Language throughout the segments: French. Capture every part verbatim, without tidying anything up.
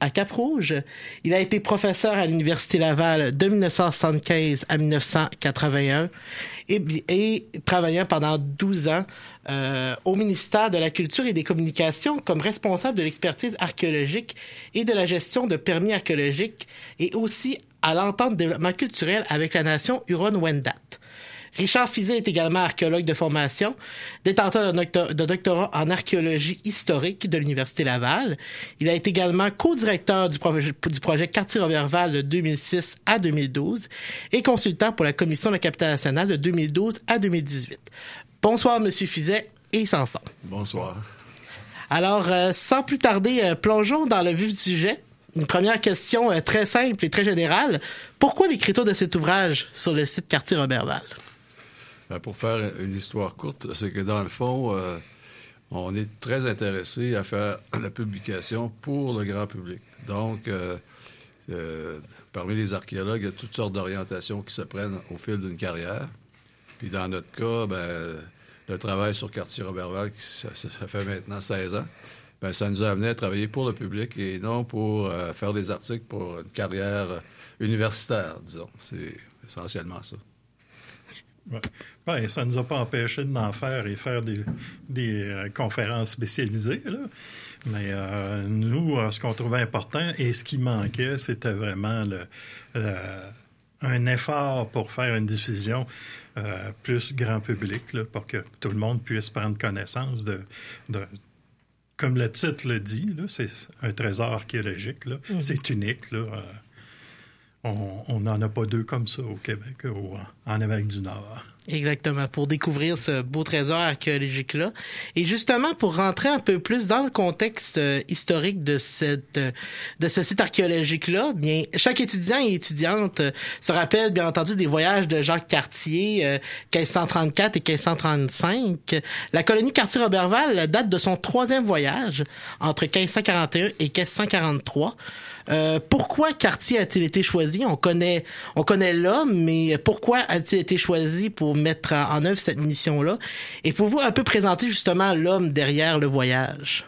à Cap-Rouge. Il a été professeur à l'Université Laval de dix-neuf cent soixante-quinze à dix-neuf cent quatre-vingt-un et, et travaillant pendant douze ans euh, au ministère de la Culture et des Communications comme responsable de l'expertise archéologique et de la gestion de permis archéologiques et aussi à l'entente de développement culturel avec la nation Huron-Wendat. Richard Fiset est également archéologue de formation, détenteur d'un doctor- de doctorat en archéologie historique de l'Université Laval. Il a été également co-directeur du projet, du projet Cartier-Roberval de deux mille six à deux mille douze et consultant pour la Commission de la capitale nationale de deux mille douze à deux mille dix-huit. Bonsoir, Monsieur Fiset et Sanson. Bonsoir. Alors, euh, sans plus tarder, euh, plongeons dans le vif du sujet. Une première question euh, très simple et très générale. Pourquoi l'écriture de cet ouvrage sur le site Cartier-Roberval? Ben, pour faire une histoire courte, c'est que dans le fond, euh, on est très intéressé à faire la publication pour le grand public. Donc, euh, euh, parmi les archéologues, il y a toutes sortes d'orientations qui se prennent au fil d'une carrière. Puis dans notre cas, ben, le travail sur Cartier-Roberval, ça, ça fait maintenant seize ans, ben, ça nous a amené à travailler pour le public et non pour euh, faire des articles pour une carrière universitaire, disons. C'est essentiellement ça. Ouais. Ouais, ça ne nous a pas empêché d'en faire et faire des, des euh, conférences spécialisées, là. Mais euh, nous, euh, ce qu'on trouvait important et ce qui manquait, c'était vraiment le, le, un effort pour faire une diffusion euh, plus grand public, là, pour que tout le monde puisse prendre connaissance de... de comme le titre le dit, là, c'est un trésor archéologique, là. Mm-hmm. C'est unique, là. Euh, on n'en a pas deux comme ça au Québec, ou en Amérique du Nord. Exactement, pour découvrir ce beau trésor archéologique-là. Et justement, pour rentrer un peu plus dans le contexte euh, historique de cette euh, de ce site archéologique-là, bien, chaque étudiant et étudiante euh, se rappelle, bien entendu, des voyages de Jacques Cartier, euh, quinze cent trente-quatre et quinze cent trente-cinq. La colonie Cartier-Roberval date de son troisième voyage, entre quinze cent quarante et un et quinze cent quarante-trois. Euh, pourquoi Cartier a-t-il été choisi? On connaît, on connaît l'homme, mais pourquoi a-t-il été choisi pour mettre en œuvre cette mission-là? Et pouvez-vous un peu présenter justement l'homme derrière le voyage?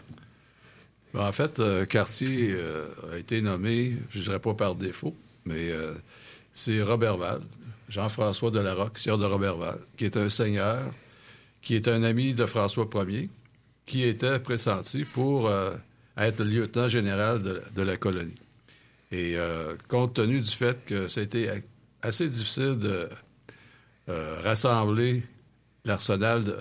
Ben, en fait, euh, Cartier euh, a été nommé, je ne dirais pas par défaut, mais euh, c'est Roberval, Jean-François de la Rocque, sieur de Roberval, qui est un seigneur, qui est un ami de François Ier, qui était pressenti pour euh, être le lieutenant général de, de la colonie. Et euh, compte tenu du fait que ça a été assez difficile de euh, rassembler l'arsenal de,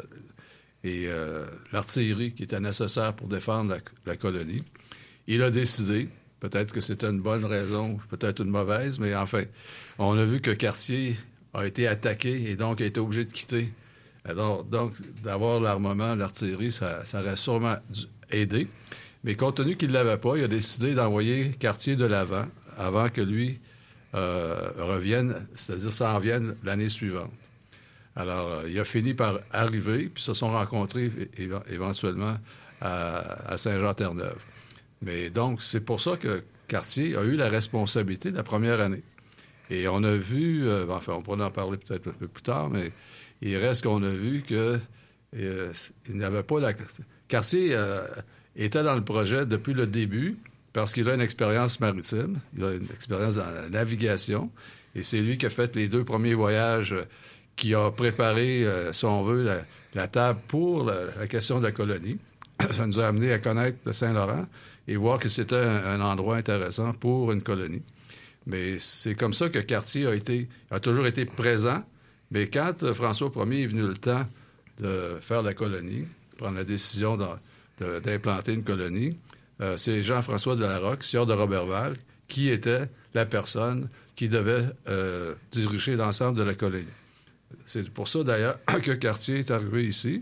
et euh, l'artillerie qui était nécessaire pour défendre la, la colonie, il a décidé, peut-être que c'était une bonne raison, peut-être une mauvaise, mais enfin, on a vu que Cartier a été attaqué et donc a été obligé de quitter. Alors, donc, d'avoir l'armement, l'artillerie, ça, ça aurait sûrement dû aider. Mais compte tenu qu'il ne l'avait pas, il a décidé d'envoyer Cartier de l'avant avant que lui euh, revienne, c'est-à-dire s'en vienne l'année suivante. Alors, euh, il a fini par arriver, puis se sont rencontrés é- éventuellement à, à Saint-Jean-Terre-Neuve. Mais donc, c'est pour ça que Cartier a eu la responsabilité de la première année. Et on a vu, euh, enfin, on pourra en parler peut-être un peu plus tard, mais il reste qu'on a vu que euh, il n'avait pas la... Cartier... Euh, était dans le projet depuis le début parce qu'il a une expérience maritime, il a une expérience dans la navigation, et c'est lui qui a fait les deux premiers voyages, euh, qui a préparé, euh, si on veut, la, la table pour la, la question de la colonie. Ça nous a amené à connaître le Saint-Laurent et voir que c'était un, un endroit intéressant pour une colonie. Mais c'est comme ça que Cartier a, été, a toujours été présent, mais quand euh, François Ier est venu le temps de faire la colonie, prendre la décision dans De, d'implanter une colonie, euh, c'est Jean-François de la Rocque, sieur de Roberval, qui était la personne qui devait euh, diriger l'ensemble de la colonie. C'est pour ça, d'ailleurs, que Cartier est arrivé ici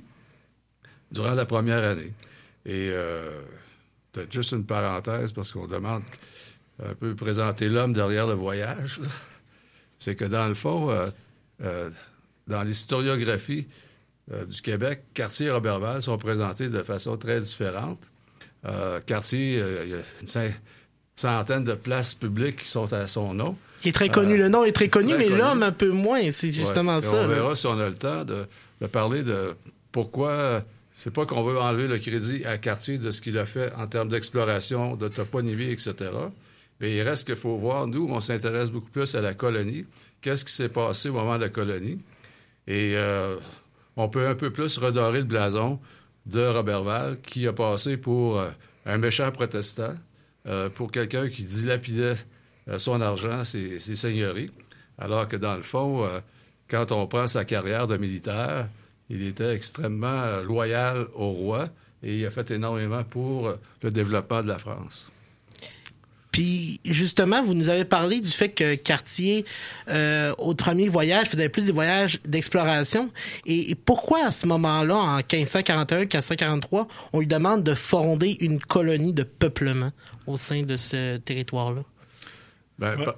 durant la première année. Et euh, peut-être juste une parenthèse, parce qu'on demande un peu présenter l'homme derrière le voyage. Là. C'est que, dans le fond, euh, euh, dans l'historiographie Euh, du Québec, Cartier et Roberval sont présentés de façon très différente. Euh, Cartier, euh, il y a une centaine de places publiques qui sont à son nom. Il est très connu, euh, le nom est très connu, très mais connu. L'homme un peu moins, c'est justement ouais. ça. On là. verra si on a le temps de, de parler de pourquoi c'est pas qu'on veut enlever le crédit à Cartier de ce qu'il a fait en termes d'exploration, de toponymie, et cetera. Mais il reste qu'il faut voir, nous, on s'intéresse beaucoup plus à la colonie. Qu'est-ce qui s'est passé au moment de la colonie? Et euh, on peut un peu plus redorer le blason de Roberval, qui a passé pour euh, un méchant protestant, euh, pour quelqu'un qui dilapidait euh, son argent, ses, ses seigneuries, alors que dans le fond, euh, quand on prend sa carrière de militaire, il était extrêmement euh, loyal au roi et il a fait énormément pour euh, le développement de la France. Puis, justement, vous nous avez parlé du fait que Cartier, euh, au premier voyage, faisait plus des voyages d'exploration. Et, et pourquoi, à ce moment-là, en quinze cent quarante et un, quinze cent quarante-trois, on lui demande de fonder une colonie de peuplement au sein de ce territoire-là? Ben, ouais. pas...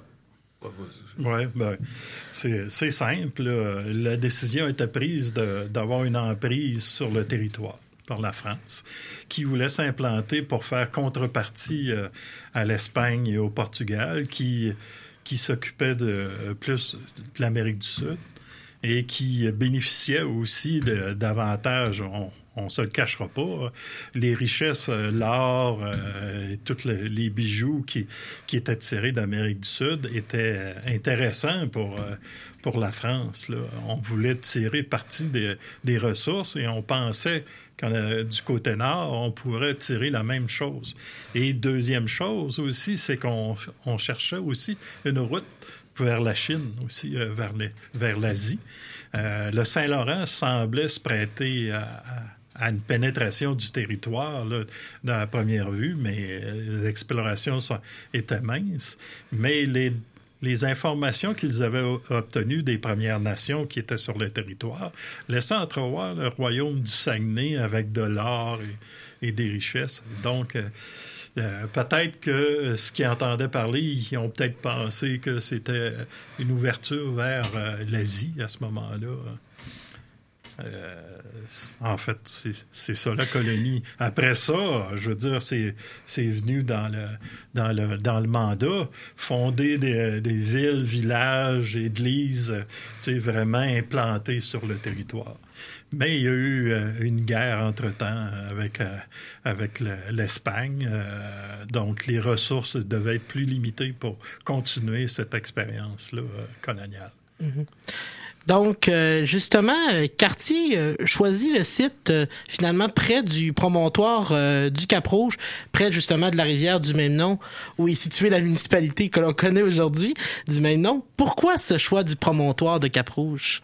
Oui, ben, c'est, c'est simple. Là. La décision était prise de, d'avoir une emprise sur le territoire par la France, qui voulait s'implanter pour faire contrepartie euh, à l'Espagne et au Portugal, qui, qui s'occupait de, plus de l'Amérique du Sud et qui bénéficiait aussi de, d'avantages. On, on ne se le cachera pas. Les richesses, l'or, euh, et tous les, les bijoux qui, qui étaient tirés d'Amérique du Sud étaient intéressants pour, euh, pour la France. Là. On voulait tirer parti des, des ressources et on pensait qu'en, euh, du côté nord, on pourrait tirer la même chose. Et deuxième chose aussi, c'est qu'on on cherchait aussi une route vers la Chine, aussi euh, vers, les, vers l'Asie. Euh, le Saint-Laurent semblait se prêter à, à à une pénétration du territoire là, dans la première vue, mais les explorations sont, étaient minces. Mais les, les informations qu'ils avaient obtenues des Premières Nations qui étaient sur le territoire laissaient entrevoir le royaume du Saguenay avec de l'or et, et des richesses. Donc, euh, euh, peut-être que ce qu'ils entendaient parler, ils ont peut-être pensé que c'était une ouverture vers euh, l'Asie à ce moment-là. Euh, en fait, c'est, c'est ça la colonie. Après ça, je veux dire, c'est, c'est venu dans le, dans le, dans le mandat, fonder des, des villes, villages, églises, tu sais, vraiment implantées sur le territoire. Mais il y a eu euh, une guerre entre-temps avec, euh, avec le, l'Espagne, euh, donc les ressources devaient être plus limitées pour continuer cette expérience-là euh, coloniale. Mm-hmm. Donc, euh, justement, Cartier euh, choisit le site euh, finalement près du promontoire euh, du Cap-Rouge, près justement de la rivière du même nom, où est située la municipalité que l'on connaît aujourd'hui du même nom. Pourquoi ce choix du promontoire de Cap-Rouge?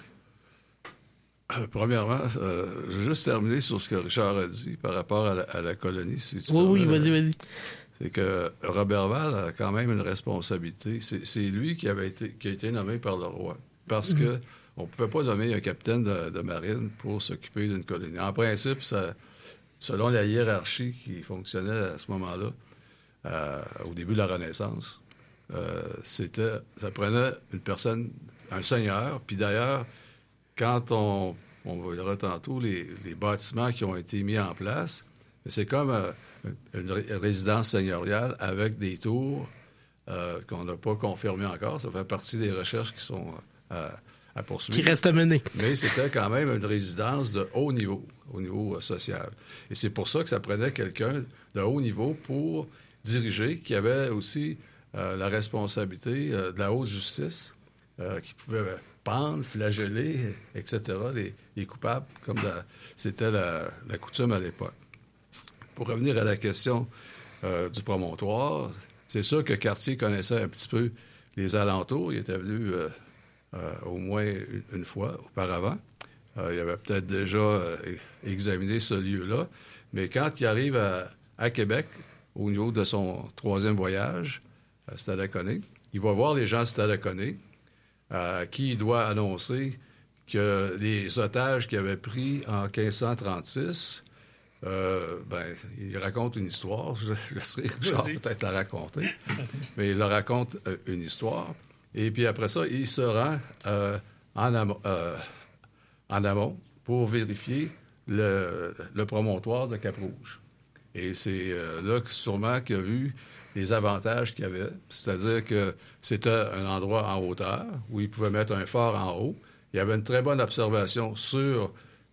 Euh, premièrement, euh, je vais juste terminer sur ce que Richard a dit par rapport à la, à la colonie. Si tu oui, oui, permets. vas-y, vas-y. C'est que Roberval a quand même une responsabilité. C'est, c'est lui qui avait été, qui a été nommé par le roi. Parce que on ne pouvait pas nommer un capitaine de, de marine pour s'occuper d'une colonie. En principe, ça, selon la hiérarchie qui fonctionnait à ce moment-là, euh, au début de la Renaissance, euh, c'était, ça prenait une personne, un seigneur. Puis d'ailleurs, quand on, on va le verra tantôt, les, les bâtiments qui ont été mis en place, c'est comme euh, une résidence seigneuriale avec des tours euh, qu'on n'a pas confirmées encore. Ça fait partie des recherches qui sont... À, à poursuivre. Qui reste à mener. Mais c'était quand même une résidence de haut niveau, au niveau euh, social. Et c'est pour ça que ça prenait quelqu'un de haut niveau pour diriger, qui avait aussi euh, la responsabilité euh, de la haute justice, euh, qui pouvait pendre, flageller, et cetera, les, les coupables, comme la, c'était la, la coutume à l'époque. Pour revenir à la question euh, du promontoire, c'est sûr que Cartier connaissait un petit peu les alentours. Il était venu... Euh, Euh, au moins une, une fois auparavant. Euh, il avait peut-être déjà euh, examiné ce lieu-là. Mais quand il arrive à, à Québec, au niveau de son troisième voyage, à Stadacone, il va voir les gens de Stadacone, à euh, qui il doit annoncer que les otages qu'il avait pris en quinze cent trente-six, euh, ben, il raconte une histoire. Je, je laisserai Richard peut-être la raconter. Mais il leur raconte euh, une histoire. Et puis après ça, il se rend euh, en, amont, euh, en amont pour vérifier le, le promontoire de Cap-Rouge. Et c'est euh, là que sûrement qu'il a vu les avantages qu'il y avait. C'est-à-dire que c'était un endroit en hauteur où il pouvait mettre un phare en haut. Il y avait une très bonne observation sur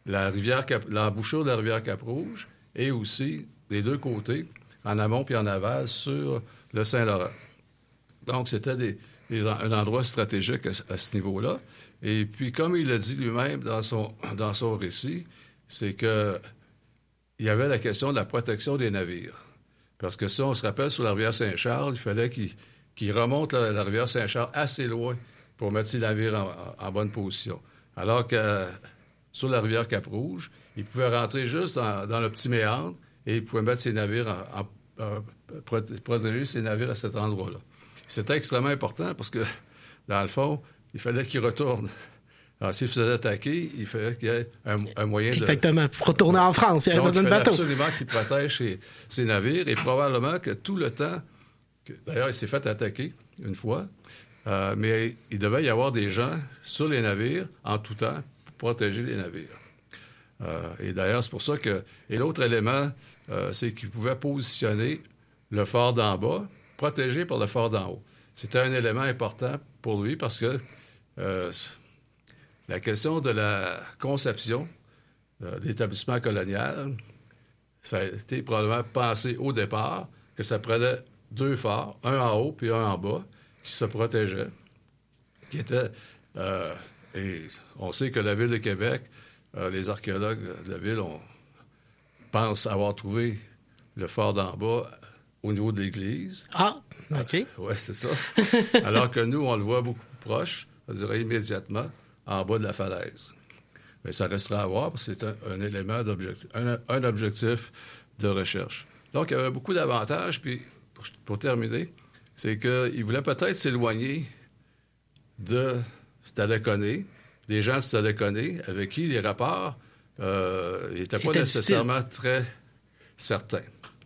la rivière Cap- l'embouchure de la rivière Cap-Rouge et aussi des deux côtés, en amont puis en aval, sur le Saint-Laurent. Donc, c'était des, des, un endroit stratégique à, à ce niveau-là. Et puis, comme il l'a dit lui-même dans son, dans son récit, c'est que il y avait la question de la protection des navires. Parce que si on se rappelle, sur la rivière Saint-Charles, il fallait qu'il, qu'il remonte la, la rivière Saint-Charles assez loin pour mettre ses navires en, en, en bonne position. Alors que sur la rivière Cap-Rouge, il pouvait rentrer juste dans, dans le petit méandre et il pouvait mettre ses navires en, en, en proté- protéger ses navires à cet endroit-là. C'était extrêmement important parce que, dans le fond, il fallait qu'il retourne. Alors, s'il faisait attaquer, il fallait qu'il y ait un, un moyen de... Exactement. Pour retourner en France, il y avait besoin de bateau. Il fallait absolument qu'il protège ses, ses navires et probablement que tout le temps... Que, d'ailleurs, il s'est fait attaquer une fois, euh, mais il devait y avoir des gens sur les navires en tout temps pour protéger les navires. Euh, et d'ailleurs, c'est pour ça que... Et l'autre élément, euh, c'est qu'il pouvait positionner le fort d'en bas, protégé par le fort d'en haut. C'était un élément important pour lui parce que... Euh, La question de la conception euh, d'établissement colonial, ça a été probablement pensé au départ que ça prenait deux forts, un en haut puis un en bas, qui se protégeaient, qui étaient... Euh, et on sait que la ville de Québec, euh, les archéologues de la ville on, pensent avoir trouvé le fort d'en bas au niveau de l'église. Ah, OK. Euh, oui, c'est ça. Alors que nous, on le voit beaucoup plus proche, on dirait immédiatement, en bas de la falaise. Mais ça restera à voir parce que c'est un, un élément d'objectif, un, un objectif de recherche. Donc, il y avait beaucoup d'avantages. Puis, pour, pour terminer, c'est qu'il voulait peut-être s'éloigner de Stadacone, des gens de Stadacone avec qui les rapports euh, n'étaient pas nécessairement difficile. Très certains.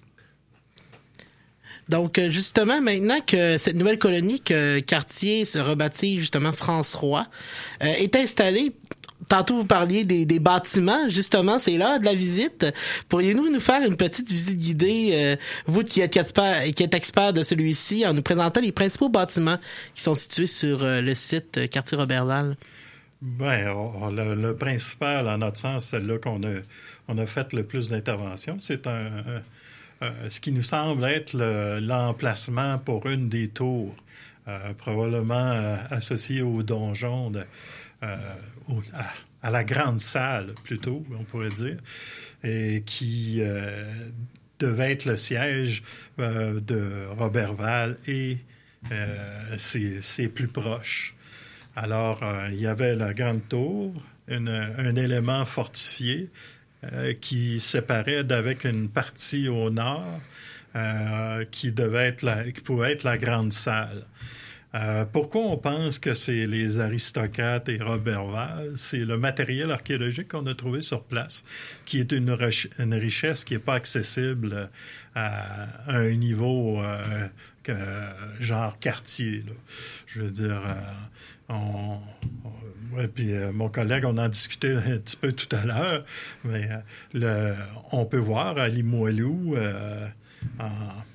Donc, justement, maintenant que cette nouvelle colonie que Cartier se rebaptise justement France-Roi euh, est installée, tantôt vous parliez des, des bâtiments, justement, c'est l'heure de la visite. Pourriez-vous nous faire une petite visite guidée, euh, vous qui êtes, expert, qui êtes expert de celui-ci, en nous présentant les principaux bâtiments qui sont situés sur euh, le site Cartier-Roberval? Bien, le, le principal, en notre sens, celle-là qu'on a, on a fait le plus d'interventions, c'est un... un Euh, ce qui nous semble être le, l'emplacement pour une des tours, euh, probablement euh, associée au donjon, de, euh, au, à, à la grande salle, plutôt, on pourrait dire, et qui euh, devait être le siège euh, de Roberval et euh, ses, ses plus proches. Alors, euh, il y avait la grande tour, une, un élément fortifié, Euh, qui séparait d'avec une partie au nord euh, qui devait être la, qui pouvait être la grande salle. Euh, pourquoi on pense que c'est les aristocrates et Roberval? C'est le matériel archéologique qu'on a trouvé sur place, qui est une, rech- une richesse qui n'est pas accessible à, à un niveau euh, que, genre Cartier, là. Je veux dire... Euh, on, on Oui, puis euh, mon collègue, on en discutait un petit peu tout à l'heure, mais euh, le, on peut voir à Limoilou, euh, en,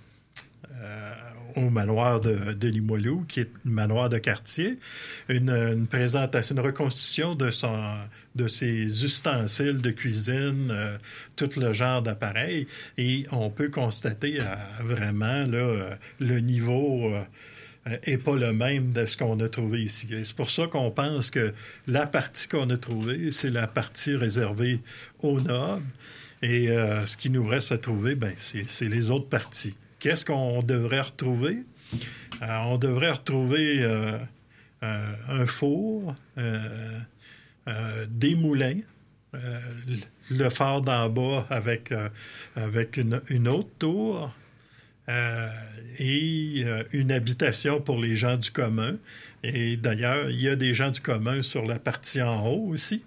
euh, au manoir de, de Limoilou, qui est le manoir de Cartier, une, une présentation, une reconstitution de, son, de ses ustensiles de cuisine, euh, tout le genre d'appareils, et on peut constater euh, vraiment là, euh, le niveau... Euh, n'est pas le même de ce qu'on a trouvé ici. Et c'est pour ça qu'on pense que la partie qu'on a trouvée, c'est la partie réservée aux nobles. Et euh, ce qui nous reste à trouver, ben, c'est, c'est les autres parties. Qu'est-ce qu'on devrait retrouver? Euh, on devrait retrouver euh, euh, un four, euh, euh, des moulins, euh, le phare d'en bas avec, euh, avec une, une autre tour, Euh, et euh, une habitation pour les gens du commun. Et d'ailleurs, il y a des gens du commun sur la partie en haut aussi.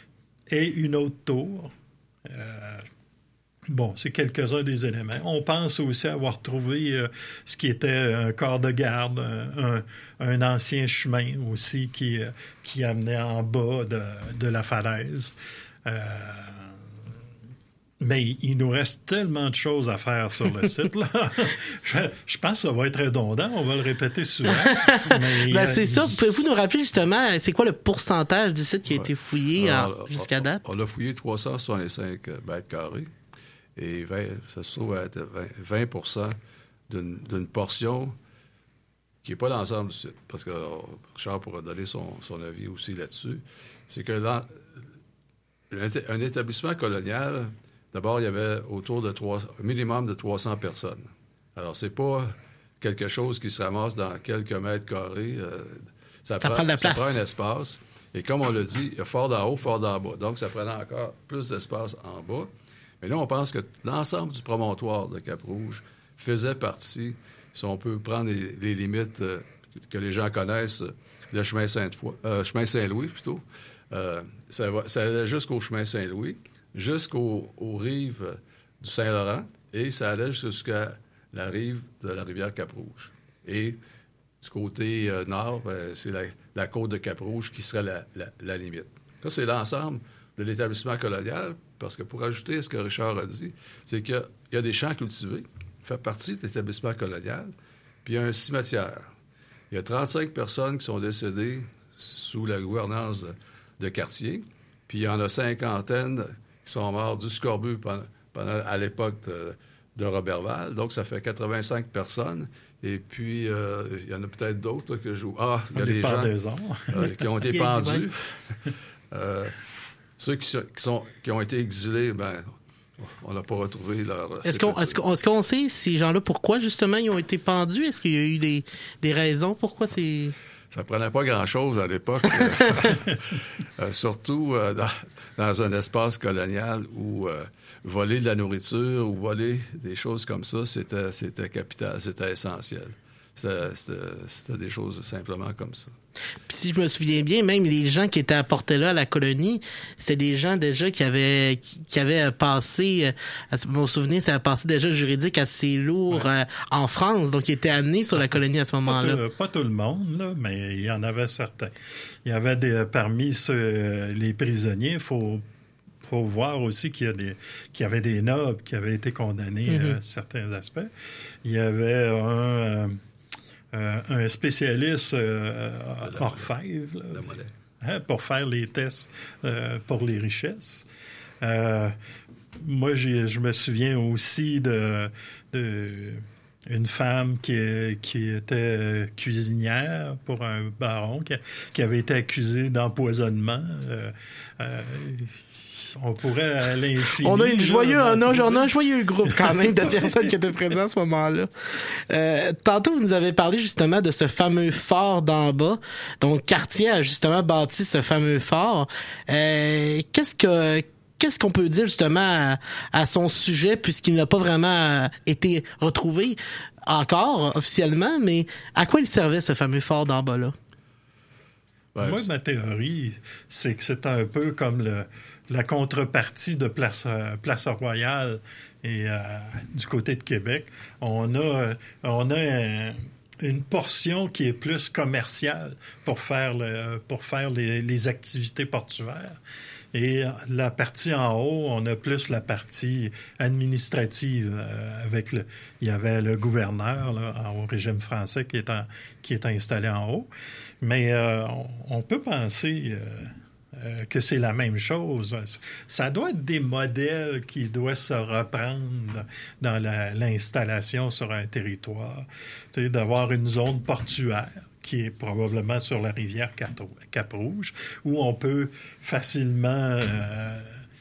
Et une autre tour. Euh, bon, c'est quelques-uns des éléments. On pense aussi avoir trouvé euh, ce qui était un corps de garde, un, un ancien chemin aussi qui, qui amenait en bas de, de la falaise. Euh, Mais il nous reste tellement de choses à faire sur le site, là. Je, je pense que ça va être redondant, on va le répéter souvent. Mais, ben, c'est euh, ça. Pouvez-vous nous rappeler justement, c'est quoi le pourcentage du site qui a ouais. été fouillé Alors, en, jusqu'à date? On, on a fouillé trois cent soixante-cinq mètres carrés et vingt, ça se trouve à être vingt pour cent d'une, d'une portion qui n'est pas l'ensemble du site. Parce que Richard pourra donner son, son avis aussi là-dessus. C'est que là, un établissement colonial... D'abord, il y avait autour de trois, un minimum de trois cents personnes. Alors, c'est pas quelque chose qui se ramasse dans quelques mètres carrés. Euh, ça, ça prend, prend de la place. Ça prend un espace. Et comme on l'a dit, il y a fort d'en haut, fort d'en bas. Donc, ça prenait encore plus d'espace en bas. Mais là, on pense que l'ensemble du promontoire de Cap-Rouge faisait partie, si on peut prendre les, les limites euh, que les gens connaissent, le chemin Sainte-Foy, euh, chemin Saint-Louis, plutôt. Euh, ça, va, ça allait jusqu'au chemin Saint-Louis, jusqu'aux aux rives du Saint-Laurent, et ça allait jusqu'à la rive de la rivière Cap-Rouge. Et du côté euh, nord, ben, c'est la, la côte de Cap-Rouge qui serait la, la, la limite. Ça, c'est l'ensemble de l'établissement colonial, parce que pour ajouter à ce que Richard a dit, c'est qu'il y a, il y a des champs cultivés, qui font partie de l'établissement colonial, puis il y a un cimetière. Il y a trente-cinq personnes qui sont décédées sous la gouvernance de, de Cartier, puis il y en a cinquantaine qui sont morts du scorbut pendant, pendant, à l'époque de, de Roberval. Donc, ça fait quatre-vingt-cinq personnes. Et puis, euh, il y en a peut-être d'autres là, que je... Ah, il y a des gens euh, qui ont été pendus. euh, ceux qui, qui, sont, qui ont été exilés, ben, on n'a pas retrouvé leur... Est-ce qu'on, est-ce, qu'on, est-ce qu'on sait, ces gens-là, pourquoi, justement, ils ont été pendus? Est-ce qu'il y a eu des, des raisons pourquoi c'est... Ça prenait pas grand-chose à l'époque. euh, surtout euh, dans, dans un espace colonial où euh, voler de la nourriture ou voler des choses comme ça, c'était, c'était capital, c'était essentiel. C'était, c'était, c'était des choses simplement comme ça. Puis si je me souviens bien, même les gens qui étaient apportés là à la colonie, c'était des gens déjà qui avaient qui, qui avaient passé, à mon souvenir, ça a passé déjà juridique assez lourd ouais. euh, en France, donc ils étaient amenés sur la colonie à ce moment-là. Pas tout, pas tout le monde, là, mais il y en avait certains. Il y avait des, parmi ceux, les prisonniers, il faut faut voir aussi qu'il y, a des, qu'il y avait des nobles qui avaient été condamnés mm-hmm. à certains aspects. Il y avait un... Euh, un spécialiste euh, orfèvre là, hein, pour faire les tests euh, pour les richesses. Euh, moi, j'ai, je me souviens aussi de, de une femme qui, qui était cuisinière pour un baron qui, qui avait été accusée d'empoisonnement. Euh, euh, On pourrait aller l'infini. On a une joyeux, on a, on a un joyeux groupe quand même de personnes qui étaient présentes à ce moment-là. Euh, tantôt, vous nous avez parlé justement de ce fameux fort d'en bas. Donc, Cartier a justement bâti ce fameux fort. Euh, qu'est-ce que Qu'est-ce qu'on peut dire justement à, à son sujet, puisqu'il n'a pas vraiment été retrouvé encore officiellement, mais à quoi il servait ce fameux fort d'en bas-là? Ouais, Moi, ma théorie, c'est que c'est un peu comme le la contrepartie de Place, Place Royale et euh, du côté de Québec. On a, on a un, une portion qui est plus commerciale pour faire, le, pour faire les, les activités portuaires. Et la partie en haut, on a plus la partie administrative. Euh, avec le, il y avait le gouverneur là, au régime français qui est, en, qui est installé en haut. Mais euh, on, on peut penser... Euh, Euh, que c'est la même chose. Ça doit être des modèles qui doivent se reprendre dans la, l'installation sur un territoire. Tu sais, d'avoir une zone portuaire qui est probablement sur la rivière Cap-Rouge, où on peut facilement euh,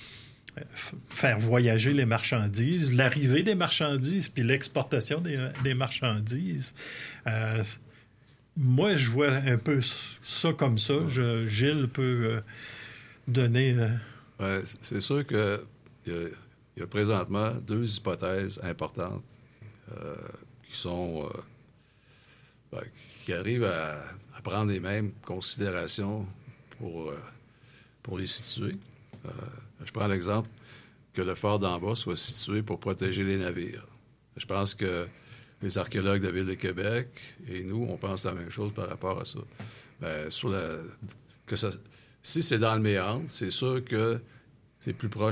faire voyager les marchandises, l'arrivée des marchandises, puis l'exportation des, des marchandises. Euh, Moi, je vois un peu ça comme ça. Je, Gilles peut euh, donner... Euh... Ouais, c'est sûr qu'il y, y a présentement deux hypothèses importantes euh, qui sont... Euh, ben, qui arrivent à, à prendre les mêmes considérations pour, euh, pour les situer. Euh, je prends l'exemple que le fort d'en bas soit situé pour protéger les navires. Je pense que les archéologues de la Ville de Québec et nous, on pense la même chose par rapport à ça. Bien, sur la, que ça si c'est dans le méandre, c'est sûr que c'est plus proche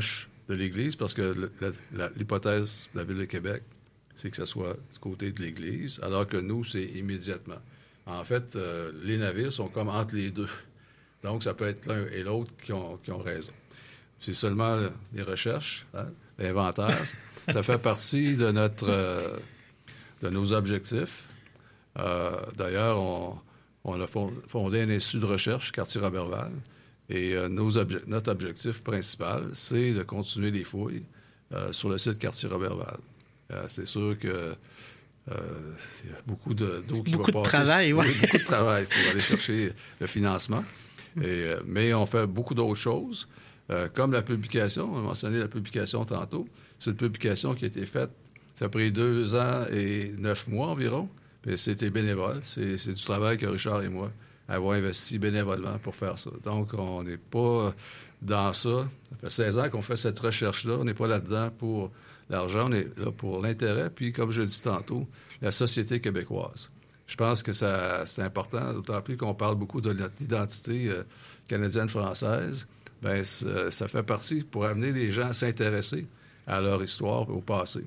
de l'Église, parce que la, la, l'hypothèse de la Ville de Québec, c'est que ce soit du côté de l'Église, alors que nous, c'est immédiatement. En fait, euh, les navires sont comme entre les deux. Donc, ça peut être l'un et l'autre qui ont, qui ont raison. C'est seulement les recherches, hein, l'inventaire. Ça fait partie de notre euh, de nos objectifs. Euh, d'ailleurs, on, on a fondé un institut de recherche, Cartier-Roberval, et euh, nos obje- notre objectif principal, c'est de continuer les fouilles euh, sur le site Cartier-Roberval. Euh, c'est sûr que euh, il y a beaucoup de, d'eau qui beaucoup va de passer. Travail, sur, ouais. Beaucoup de travail pour aller chercher le financement. Et, euh, mais on fait beaucoup d'autres choses, euh, comme la publication. On a mentionné la publication tantôt. C'est une publication qui a été faite, ça a pris deux ans et neuf mois environ. Puis c'était bénévole. C'est, c'est du travail que Richard et moi avons investi bénévolement pour faire ça. Donc, on n'est pas dans ça. Ça fait seize ans qu'on fait cette recherche-là. On n'est pas là-dedans pour l'argent, on est là pour l'intérêt. Puis, comme je l'ai dit tantôt, la société québécoise. Je pense que ça, c'est important, d'autant plus qu'on parle beaucoup de notre identité euh, canadienne-française. Bien, ça fait partie pour amener les gens à s'intéresser à leur histoire et au passé.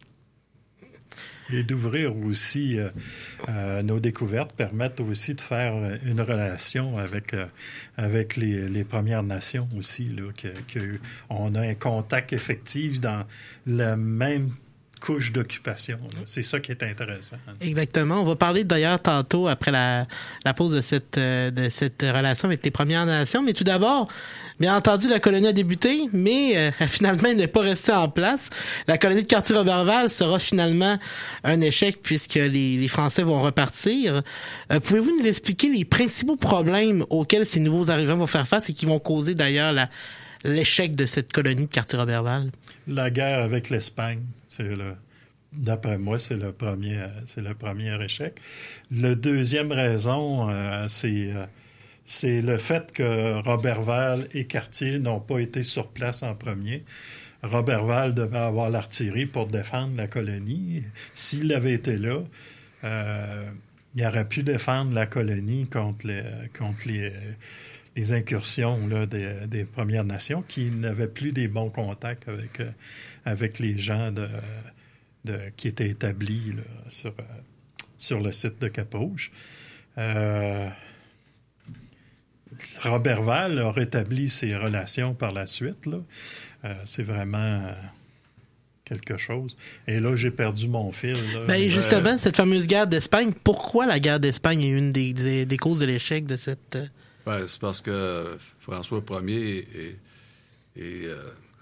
Et d'ouvrir aussi euh, euh, nos découvertes permettent aussi de faire une relation avec, euh, avec les, les Premières Nations aussi, là, que, que on a un contact effectif dans la même couche d'occupation. Là. C'est ça qui est intéressant. Exactement. On va parler d'ailleurs tantôt, après la, la pause de cette, euh, de cette relation avec les Premières Nations. Mais tout d'abord, bien entendu, la colonie a débuté, mais euh, finalement, elle n'est pas restée en place. La colonie de Cartier-Roberval sera finalement un échec puisque les, les Français vont repartir. Euh, pouvez-vous nous expliquer les principaux problèmes auxquels ces nouveaux arrivants vont faire face et qui vont causer d'ailleurs la, l'échec de cette colonie de Cartier-Roberval? La guerre avec l'Espagne, c'est le, d'après moi, c'est le premier, c'est le premier échec. La deuxième raison, euh, c'est, euh, c'est le fait que Roberval et Cartier n'ont pas été sur place en premier. Roberval devait avoir l'artillerie pour défendre la colonie. S'il avait été là, euh, il aurait pu défendre la colonie contre les, contre les, les incursions là, des, des Premières Nations qui n'avaient plus des bons contacts avec, euh, avec les gens de, de, qui étaient établis là, sur, euh, sur le site de Cap-Rouge. Euh, Roberval a rétabli ses relations par la suite. Là. Euh, c'est vraiment euh, quelque chose. Et là, j'ai perdu mon fil. Là. Ben, justement, euh... cette fameuse guerre d'Espagne, pourquoi la guerre d'Espagne est une des, des, des causes de l'échec de cette... Ben, c'est parce que François Ier et, et, et euh,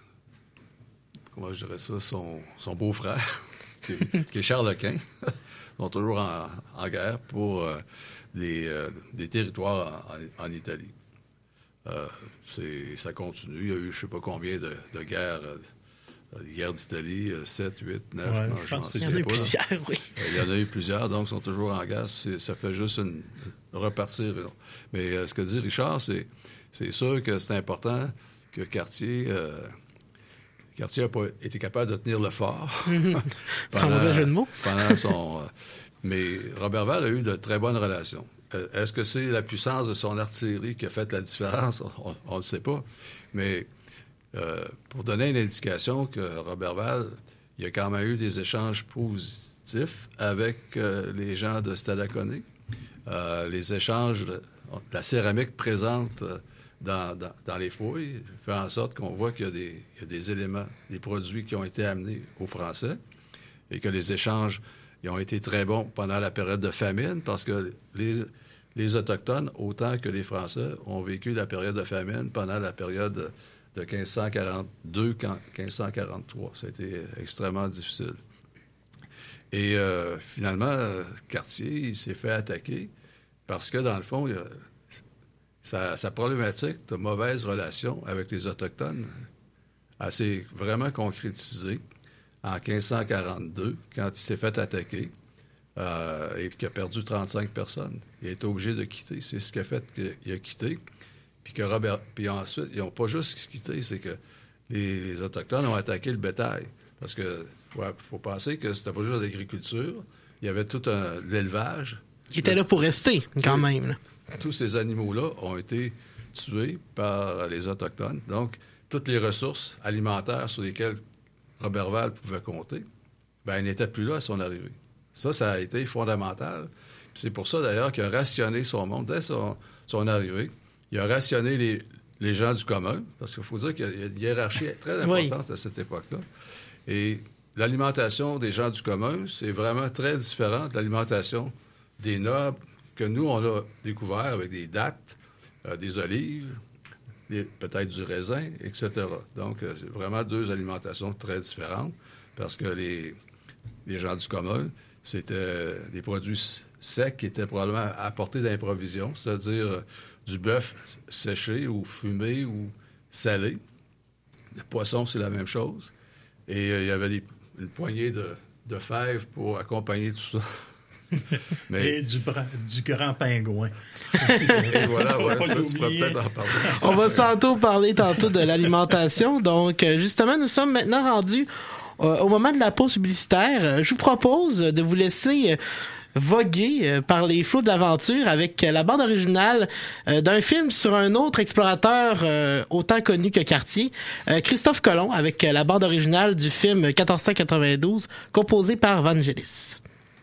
comment je dirais ça, son, son beau-frère, qui, qui est Charles Quint, sont toujours en, en guerre pour euh, des, euh, des territoires en, en Italie. Euh, c'est, ça continue. Il y a eu je ne sais pas combien de, de guerres, euh, de guerres d'Italie, sept, huit, neuf, ouais, non, je je pense pense il y en a eu pas, plusieurs, là. oui. Il y en a eu plusieurs, donc ils sont toujours en guerre. C'est, ça fait juste une, repartir. Mais euh, ce que dit Richard, c'est, c'est sûr que c'est important que Cartier... Euh, Cartier n'a pas été capable de tenir le fort. Sans mauvais jeu de mots. pendant son, euh, mais Roberval a eu de très bonnes relations. Euh, est-ce que c'est la puissance de son artillerie qui a fait la différence? On ne le sait pas. Mais euh, pour donner une indication que Roberval, il y a quand même eu des échanges positifs avec euh, les gens de Stadaconé. Euh, les échanges, de, la céramique présente euh, dans, dans, dans les fouilles fait en sorte qu'on voit qu'il y a, des, il y a des éléments, des produits qui ont été amenés aux Français et que les échanges ils ont été très bons pendant la période de famine parce que les, les Autochtones, autant que les Français, ont vécu la période de famine pendant la période de quinze cent quarante-deux à quinze cent quarante-trois. Ça a été extrêmement difficile. Et euh, finalement, Cartier il s'est fait attaquer parce que, dans le fond, il a, sa, sa problématique de mauvaise relation avec les Autochtones, elle s'est vraiment concrétisée en quinze cent quarante-deux, quand il s'est fait attaquer euh, et qu'il a perdu trente-cinq personnes. Il a été obligé de quitter. C'est ce qui a fait qu'il a quitté. Puis que Robert... Puis ensuite, ils n'ont pas juste quitté, c'est que les, les Autochtones ont attaqué le bétail. Parce que faut, faut penser que c'était pas juste l'agriculture. Il y avait tout un, l'élevage. Qui était là pour rester, quand même. Là. Tous ces animaux-là ont été tués par les Autochtones. Donc, toutes les ressources alimentaires sur lesquelles Roberval pouvait compter, ben, elle n'était plus là à son arrivée. Ça, ça a été fondamental. Puis c'est pour ça, d'ailleurs, qu'il a rationné son monde dès son, son arrivée. Il a rationné les, les gens du commun, parce qu'il faut dire qu'il y a une hiérarchie très importante oui. à cette époque-là. Et l'alimentation des gens du commun, c'est vraiment très différent de l'alimentation des nobles que nous, on a découvert avec des dattes, euh, des olives, des, peut-être du raisin, et cetera. Donc, euh, c'est vraiment deux alimentations très différentes parce que les, les gens du commun, c'était des produits secs qui étaient probablement apportés dans les provisions, c'est-à-dire euh, du bœuf séché ou fumé ou salé. Le poisson, c'est la même chose. Et euh, il y avait des, une poignée de, de fèves pour accompagner tout ça. Mais... Et du, bra... du grand pingouin. Et voilà, ouais, ça, tu peux peut-être en parler. On va tantôt parler tantôt de l'alimentation. Donc, justement, nous sommes maintenant rendus euh, au moment de la pause publicitaire. Je vous propose de vous laisser voguer par les flots de l'aventure avec la bande originale euh, d'un film sur un autre explorateur euh, autant connu que Cartier, euh, Christophe Colomb, avec la bande originale du film quatorze cent quatre-vingt-douze, composé par Vangelis.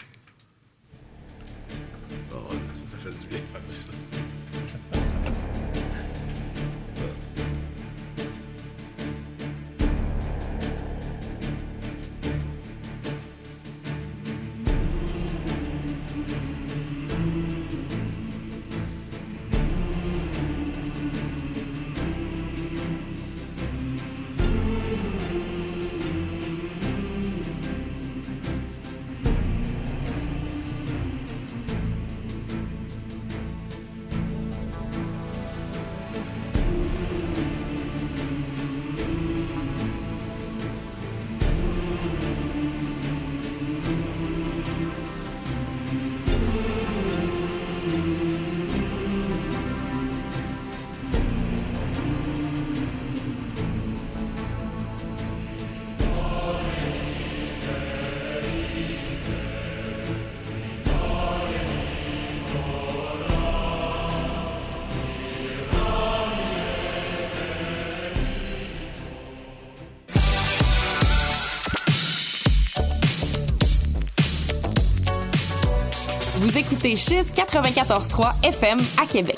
Vous écoutez Chiz quatre-vingt-quatorze trois F M à Québec.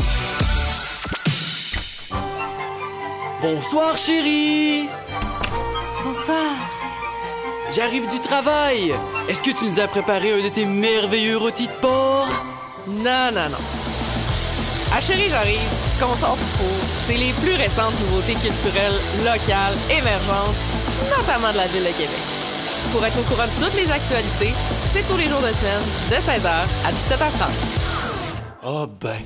Bonsoir, chérie! Bonsoir. J'arrive du travail. Est-ce que tu nous as préparé un de tes merveilleux rôtis de porc? Non, non, non. Ah, chérie, j'arrive. Ce qu'on sort du four, c'est les plus récentes nouveautés culturelles, locales, émergentes, notamment de la Ville de Québec. Pour être au courant de toutes les actualités, c'est tous les jours de semaine, de seize heures à dix-sept heures trente. Ah oh ben.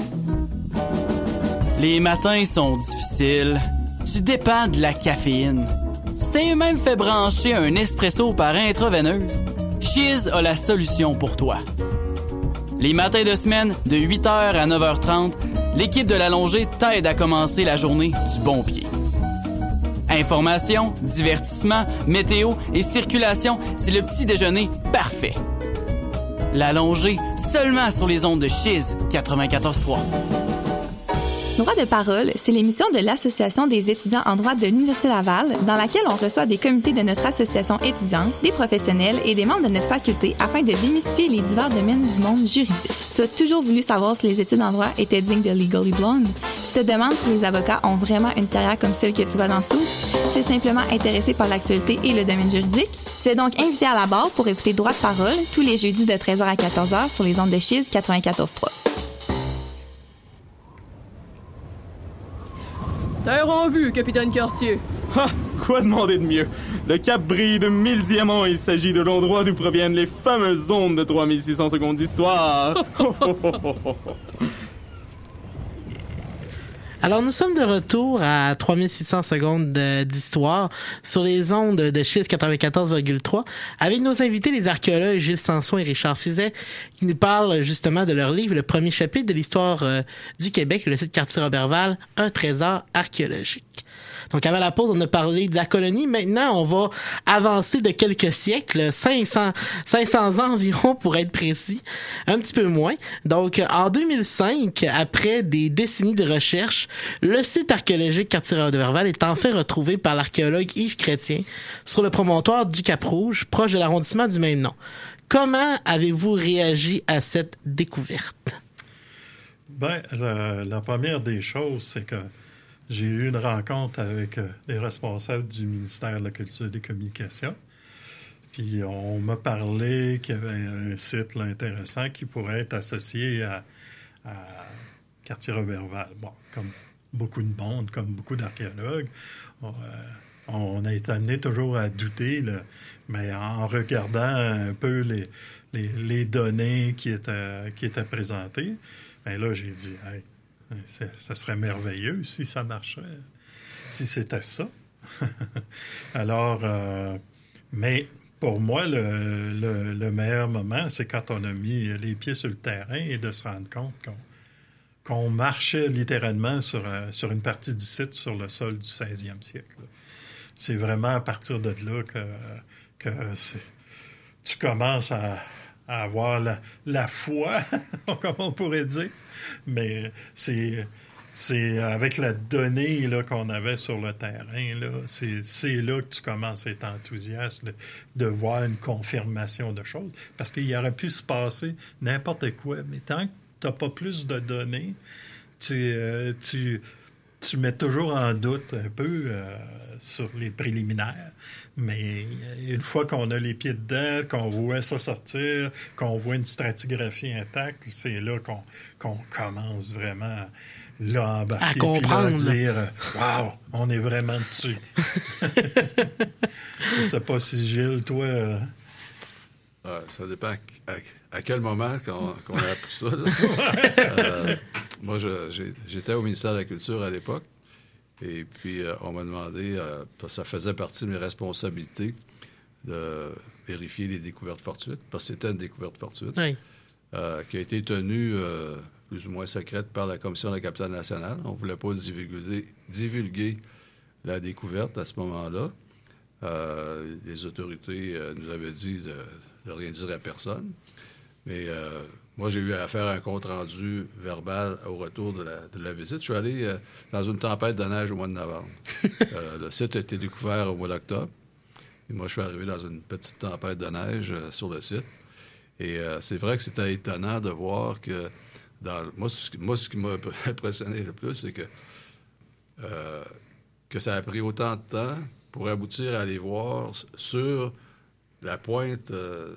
Les matins sont difficiles. Tu dépends de la caféine. Tu t'es même fait brancher un espresso par intraveineuse. Chiz a la solution pour toi. Les matins de semaine, de huit heures à neuf heures trente, l'équipe de l'Allongée t'aide à commencer la journée du bon pied. Information, divertissement, météo et circulation, c'est le petit déjeuner parfait. L'Allongée, seulement sur les ondes de Chiz quatre-vingt-quatorze trois. Droit de parole, c'est l'émission de l'Association des étudiants en droit de l'Université Laval, dans laquelle on reçoit des comités de notre association étudiante, des professionnels et des membres de notre faculté afin de démystifier les divers domaines du monde juridique. Tu as toujours voulu savoir si les études en droit étaient dignes de Legally Blonde? Tu te demandes si les avocats ont vraiment une carrière comme celle que tu vois dans Suits? Tu es simplement intéressé par l'actualité et le domaine juridique? Tu es donc invité à la barre pour écouter Droit de parole tous les jeudis de treize heures à quatorze heures sur les ondes de Chiz quatre-vingt-quatorze trois. Terre en vue, capitaine Cartier. Ha! Quoi demander de mieux? Le cap brille de mille diamants. Il s'agit de l'endroit d'où proviennent les fameuses ondes de trois mille six cents secondes d'histoire. Alors, nous sommes de retour à trois mille six cents secondes d'histoire sur les ondes de Chiz quatre-vingt-quatorze virgule trois avec nos invités, les archéologues Gilles Sanson et Richard Fizet, qui nous parlent justement de leur livre, le premier chapitre de l'histoire euh, du Québec, le site Cartier-Roberval, un trésor archéologique. Donc, avant la pause, on a parlé de la colonie. Maintenant, on va avancer de quelques siècles, cinq cents, cinq cents ans environ pour être précis, un petit peu moins. Donc, en deux mille cinq, après des décennies de recherche, le site archéologique Cartier-Roberval est enfin retrouvé par l'archéologue Yves Chrétien sur le promontoire du Cap-Rouge, proche de l'arrondissement du même nom. Comment avez-vous réagi à cette découverte? Ben, la, la première des choses, c'est que j'ai eu une rencontre avec euh, les responsables du ministère de la Culture et des Communications. Puis on m'a parlé qu'il y avait un site là, intéressant qui pourrait être associé à, à Cartier-Roberval. Bon, comme beaucoup de monde, comme beaucoup d'archéologues, on, euh, on a été amené toujours à douter, là, mais en regardant un peu les, les, les données qui étaient, qui étaient présentées, bien là, j'ai dit, hey, ça serait merveilleux si ça marchait, si c'était ça. Alors, euh, mais pour moi, le, le, le meilleur moment, c'est quand on a mis les pieds sur le terrain et de se rendre compte qu'on, qu'on marchait littéralement sur, sur une partie du site sur le sol du seizième siècle. C'est vraiment à partir de là que, que c'est, tu commences à, à avoir la, la foi, comme on pourrait dire. Mais c'est, c'est avec la donnée là, qu'on avait sur le terrain, là, c'est, c'est là que tu commences à être enthousiaste de, de voir une confirmation de choses. Parce qu'il aurait pu se passer n'importe quoi. Mais tant que tu n'as pas plus de données, tu, euh, tu, tu mets toujours en doute un peu euh, sur les préliminaires. Mais une fois qu'on a les pieds dedans, qu'on voit ça sortir, qu'on voit une stratigraphie intacte, c'est là qu'on, qu'on commence vraiment là, à embarquer. À comprendre. Puis là, dire « Wow, on est vraiment dessus! » Je sais pas si, Gilles, toi... Euh... Euh, ça dépend à, à, à quel moment qu'on, qu'on a appris ça. euh, moi, je, j'ai, j'étais au ministère de la Culture à l'époque. Et puis, euh, on m'a demandé, euh, ça faisait partie de mes responsabilités, de vérifier les découvertes fortuites, parce que c'était une découverte fortuite, oui. euh, qui a été tenue euh, plus ou moins secrète par la Commission de la capitale nationale. On ne voulait pas divulguer, divulguer la découverte à ce moment-là. Euh, les autorités euh, nous avaient dit de ne rien dire à personne. Mais euh, moi, j'ai eu à faire un compte-rendu verbal au retour de la, de la visite. Je suis allé euh, dans une tempête de neige au mois de novembre. euh, le site a été découvert au mois d'octobre. Et moi, je suis arrivé dans une petite tempête de neige euh, sur le site. Et euh, c'est vrai que c'était étonnant de voir que... Dans, moi, ce, moi, ce qui m'a impressionné le plus, c'est que, euh, que ça a pris autant de temps pour aboutir à aller voir sur la pointe... Euh,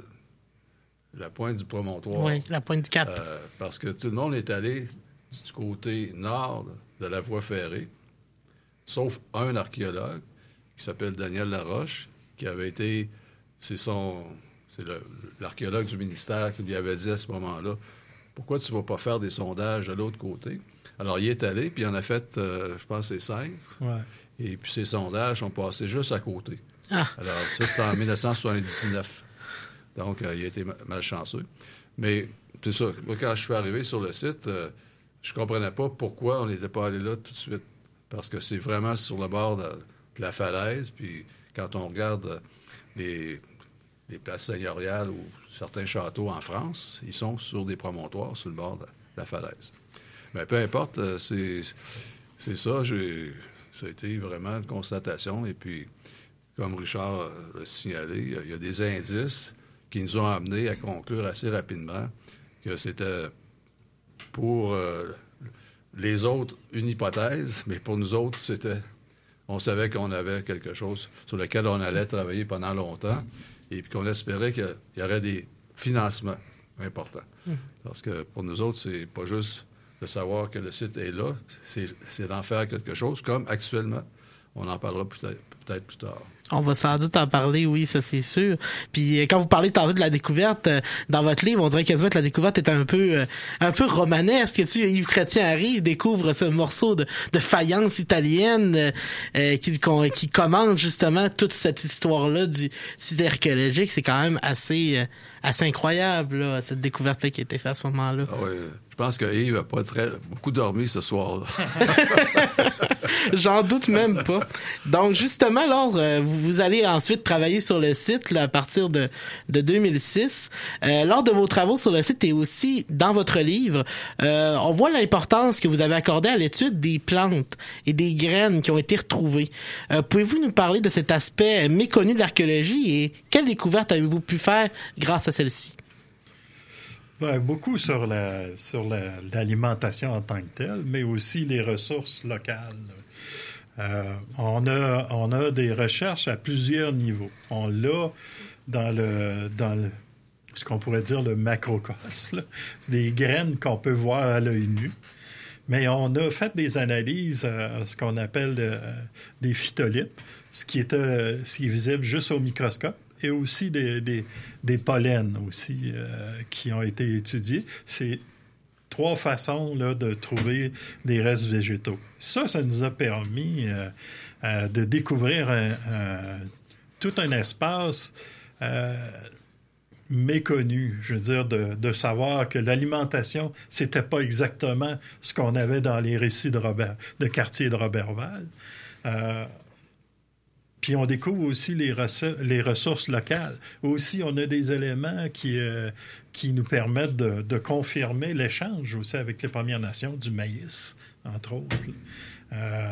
la pointe du promontoire. Oui, la pointe du Cap. Euh, parce que tout le monde est allé du côté nord de la voie ferrée, sauf un archéologue qui s'appelle Daniel Laroche, qui avait été... C'est son... C'est le, l'archéologue du ministère qui lui avait dit à ce moment-là, « Pourquoi tu ne vas pas faire des sondages de l'autre côté? » Alors, il est allé, puis il en a fait, euh, je pense, c'est cinq. Ouais. Et puis, ces sondages sont passés juste à côté. Ah. Alors, ça, c'est en dix-neuf cent soixante-dix-neuf. Donc, euh, il a été malchanceux. Mais, c'est ça. Moi, quand je suis arrivé sur le site, euh, je ne comprenais pas pourquoi on n'était pas allé là tout de suite. Parce que c'est vraiment sur le bord de, de la falaise. Puis, quand on regarde euh, les, les places seigneuriales ou certains châteaux en France, ils sont sur des promontoires sur le bord de, de la falaise. Mais peu importe, euh, c'est, c'est ça. J'ai, ça a été vraiment une constatation. Et puis, comme Richard l'a signalé, il y a des indices qui nous ont amenés à conclure assez rapidement que c'était pour euh, les autres une hypothèse, mais pour nous autres, c'était... On savait qu'on avait quelque chose sur lequel on allait travailler pendant longtemps et puis qu'on espérait qu'il y aurait des financements importants. Mmh. Parce que pour nous autres, c'est pas juste de savoir que le site est là, c'est, c'est d'en faire quelque chose, comme actuellement. On en parlera peut-être, peut-être plus tard. On va sans doute en parler, oui, ça c'est sûr. Puis quand vous parlez tantôt de la découverte, euh, dans votre livre, on dirait quasiment que la découverte est un peu euh, un peu romanesque. Tu sais, Yves Chrétien arrive, découvre ce morceau de, de faïence italienne euh, qui, qui commande justement toute cette histoire-là du site archéologique. C'est quand même assez euh, assez incroyable, là, cette découverte-là qui a été faite à ce moment-là. Ah oui, je pense que Yves n'a pas très beaucoup dormi ce soir-là. J'en doute même pas. Donc, justement, Laure, euh, vous allez ensuite travailler sur le site là, à partir de, de deux mille six. Euh, lors de vos travaux sur le site et aussi dans votre livre, euh, on voit l'importance que vous avez accordée à l'étude des plantes et des graines qui ont été retrouvées. Euh, pouvez-vous nous parler de cet aspect méconnu de l'archéologie et quelle découverte avez-vous pu faire grâce à celle-ci? Ben, beaucoup sur la sur la, l'alimentation en tant que telle, mais aussi les ressources locales. Euh, on a on a des recherches à plusieurs niveaux. On l'a dans le dans le, ce qu'on pourrait dire le macrocosme. Là. C'est des graines qu'on peut voir à l'œil nu. Mais on a fait des analyses, euh, ce qu'on appelle euh, des phytoliths, ce qui est, euh, ce qui est visible juste au microscope. Et aussi des, des, des pollens aussi euh, qui ont été étudiés. C'est trois façons là, de trouver des restes végétaux. Ça, ça nous a permis euh, euh, de découvrir un, un, tout un espace euh, méconnu. Je veux dire, de, de savoir que l'alimentation, c'était pas exactement ce qu'on avait dans les récits de, Robert, de Cartier et de Roberval. Euh, Puis on découvre aussi les, rece- les ressources locales. Aussi, on a des éléments qui, euh, qui nous permettent de, de confirmer l'échange aussi avec les Premières Nations du maïs, entre autres. Euh,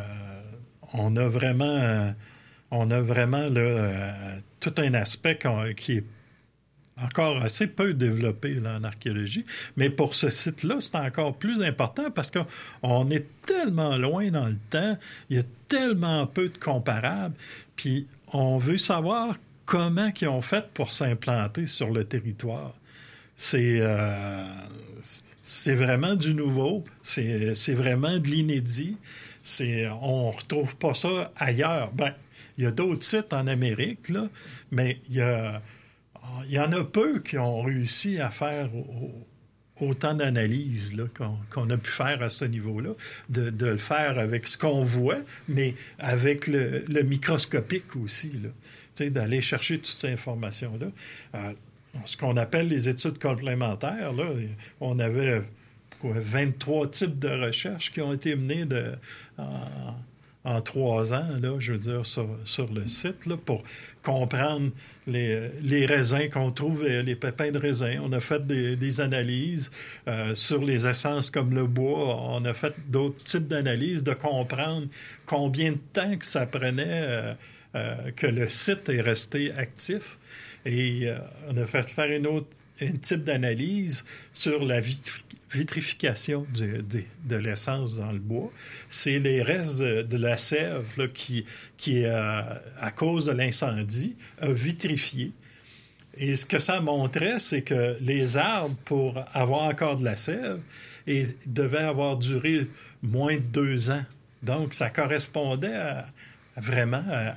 on a vraiment, euh, on a vraiment là, euh, tout un aspect qui est encore assez peu développé là, en archéologie. Mais pour ce site-là, c'est encore plus important parce qu'on est tellement loin dans le temps, il y a tellement peu de comparables, puis on veut savoir comment ils ont fait pour s'implanter sur le territoire. C'est, euh, c'est vraiment du nouveau, c'est, c'est vraiment de l'inédit. C'est, on ne retrouve pas ça ailleurs. Ben, il y a d'autres sites en Amérique, là, mais il y a... Il y en a peu qui ont réussi à faire autant d'analyses là, qu'on, qu'on a pu faire à ce niveau-là, de, de le faire avec ce qu'on voit, mais avec le, le microscopique aussi, là, tu sais, d'aller chercher toutes ces informations-là. Euh, ce qu'on appelle les études complémentaires, là, on avait quoi, vingt-trois types de recherches qui ont été menées de, en, en trois ans, là, je veux dire, sur, sur le site, là, pour comprendre les, les raisins qu'on trouve, les pépins de raisin. On a fait des, des analyses euh, sur les essences comme le bois. On a fait d'autres types d'analyses, de comprendre combien de temps que ça prenait euh, euh, que le site est resté actif. Et euh, on a fait faire une autre un type d'analyse sur la vitrification vitrification du, de, de l'essence dans le bois. C'est les restes de, de la sève là, qui, qui euh, à cause de l'incendie, a vitrifié. Et ce que ça montrait, c'est que les arbres, pour avoir encore de la sève, et, devaient avoir duré moins de deux ans. Donc, ça correspondait à, à vraiment à,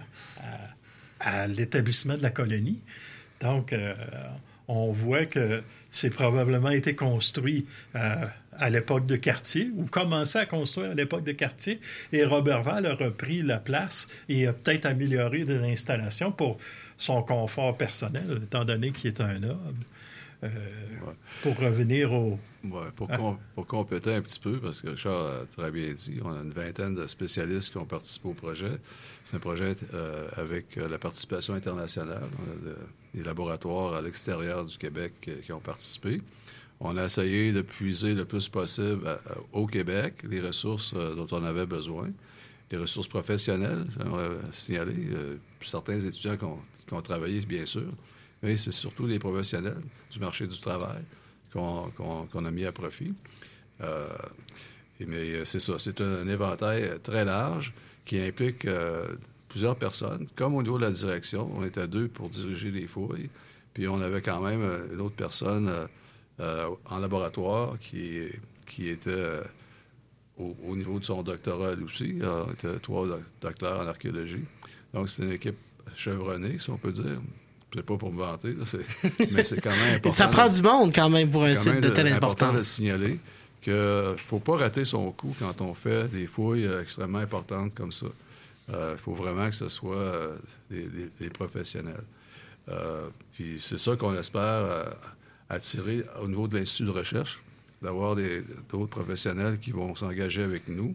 à, à l'établissement de la colonie. Donc, euh, on voit que c'est probablement été construit euh, à l'époque de Cartier, ou commencé à construire à l'époque de Cartier, et Roberval a repris la place et a peut-être amélioré des installations pour son confort personnel, étant donné qu'il est un noble. Euh, ouais. Pour revenir au... Ouais, pour, com- pour compléter un petit peu, parce que Richard a très bien dit, on a une vingtaine de spécialistes qui ont participé au projet. C'est un projet euh, avec la participation internationale. On a de, des laboratoires à l'extérieur du Québec qui, qui ont participé. On a essayé de puiser le plus possible à, à, au Québec les ressources euh, dont on avait besoin. Les ressources professionnelles, j'aimerais signaler, euh, certains étudiants qui ont, qui ont travaillé, bien sûr, mais c'est surtout les professionnels du marché du travail qu'on, qu'on, qu'on a mis à profit. Euh, et, mais c'est ça, c'est un éventail très large qui implique euh, plusieurs personnes. Comme au niveau de la direction, on était deux pour diriger les fouilles, puis on avait quand même une autre personne euh, euh, en laboratoire qui, qui était euh, au, au niveau de son doctorat aussi. On était trois docteurs en archéologie. Donc, c'est une équipe chevronnée, si on peut dire. C'est pas pour me vanter, là, c'est... mais c'est quand même important. Ça prend de... du monde quand même pour un site de, de telle importance. C'est important de signaler qu'il ne faut pas rater son coup quand on fait des fouilles extrêmement importantes comme ça. Il euh, faut vraiment que ce soit euh, des, des, des professionnels. Euh, puis c'est ça qu'on espère euh, attirer au niveau de l'Institut de recherche, d'avoir des, d'autres professionnels qui vont s'engager avec nous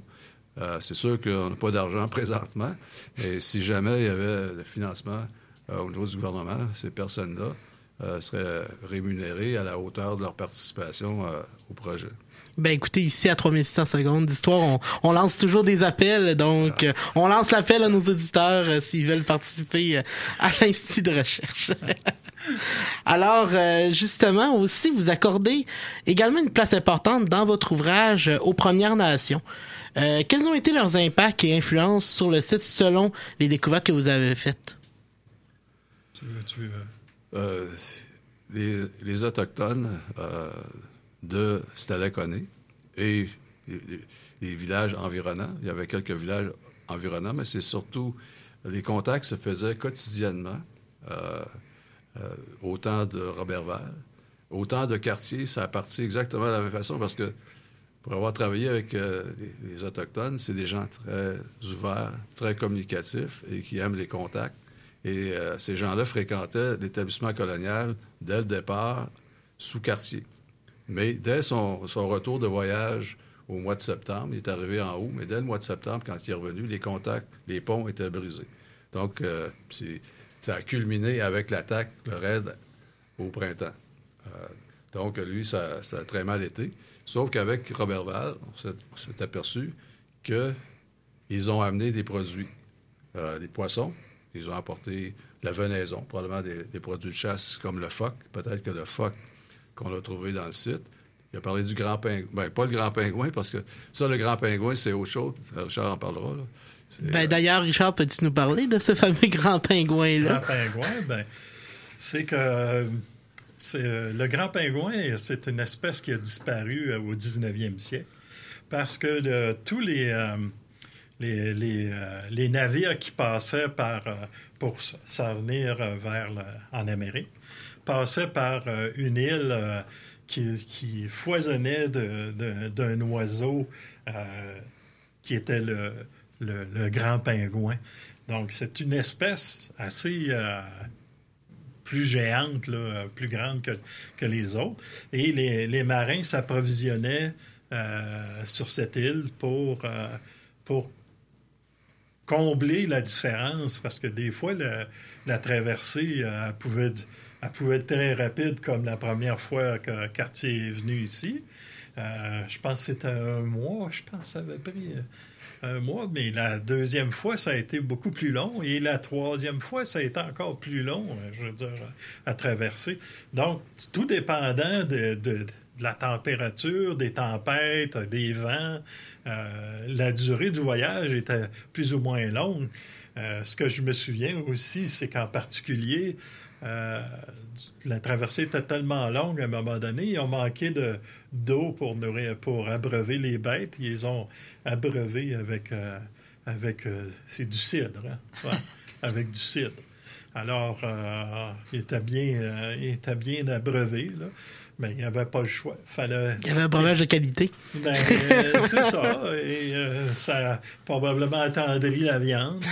Euh, c'est sûr qu'on n'a pas d'argent présentement, mais si jamais il y avait le financement euh, au niveau du gouvernement, ces personnes-là euh, seraient rémunérées à la hauteur de leur participation euh, au projet. Ben écoutez, ici à trois mille six cents secondes d'histoire, on, on lance toujours des appels, donc euh, on lance l'appel à nos auditeurs euh, s'ils veulent participer euh, à l'Institut de recherche. Alors, euh, justement, aussi, vous accordez également une place importante dans votre ouvrage euh, aux Premières Nations. Euh, quels ont été leurs impacts et influences sur le site selon les découvertes que vous avez faites? Tu veux, tu veux... Euh, les, les Autochtones euh, de Stadacone et les, les villages environnants, il y avait quelques villages environnants, mais c'est surtout les contacts se faisaient quotidiennement euh, euh, au temps de Roberval. Au temps de Cartier, ça a parti exactement de la même façon parce que pour avoir travaillé avec euh, les, les Autochtones, c'est des gens très ouverts, très communicatifs et qui aiment les contacts. Et euh, ces gens-là fréquentaient l'établissement colonial dès le départ sous Cartier. Mais dès son, son retour de voyage au mois de septembre, il est arrivé en août, mais dès le mois de septembre, quand il est revenu, les contacts, les ponts étaient brisés. Donc, euh, c'est, ça a culminé avec l'attaque, le raid au printemps. Euh, donc, lui, ça, ça a très mal été. Sauf qu'avec Roberval, on s'est, on s'est aperçu qu'ils ont amené des produits, euh, des poissons. Ils ont apporté la venaison, probablement des, des produits de chasse comme le phoque. Peut-être que le phoque qu'on a trouvé dans le site. Il a parlé du grand pingouin. Bien, pas le grand pingouin, parce que ça, le grand pingouin, c'est autre chose. Richard en parlera. Là. Ben, euh... D'ailleurs, Richard, peux-tu nous parler de ce fameux grand pingouin-là? Le grand pingouin, ben, c'est que c'est, euh, le grand pingouin, c'est une espèce qui a disparu euh, au dix-neuvième siècle parce que de, tous les... Euh, Les, les, euh, les navires qui passaient par, euh, pour s'en venir euh, vers le, en Amérique passaient par euh, une île euh, qui, qui foisonnait de, de, d'un oiseau euh, qui était le, le, le grand pingouin. Donc, c'est une espèce assez euh, plus géante, là, plus grande que, que les autres. Et les, les marins s'approvisionnaient euh, sur cette île pour, euh, pour combler la différence, parce que des fois, la, la traversée, elle pouvait, elle pouvait être très rapide, comme la première fois que Cartier est venu ici. Euh, je pense que c'était un mois, je pense que ça avait pris un mois, mais la deuxième fois, ça a été beaucoup plus long, et la troisième fois, ça a été encore plus long, je veux dire, à traverser. Donc, tout dépendant de... de de la température, des tempêtes, des vents. Euh, la durée du voyage était plus ou moins longue. Euh, ce que je me souviens aussi, c'est qu'en particulier, euh, la traversée était tellement longue à un moment donné, ils ont manqué de, d'eau pour, nourrir, pour abreuver les bêtes. Ils les ont abreuvés avec... Euh, avec euh, c'est du cidre, hein? Ouais, avec du cidre. Alors, euh, il était bien, euh, il était bien abreuvé, là. Mais il n'y avait pas le choix. Fallait... Il y avait un breuvage de qualité. Ben, euh, c'est ça. Et euh, ça a probablement attendri la viande.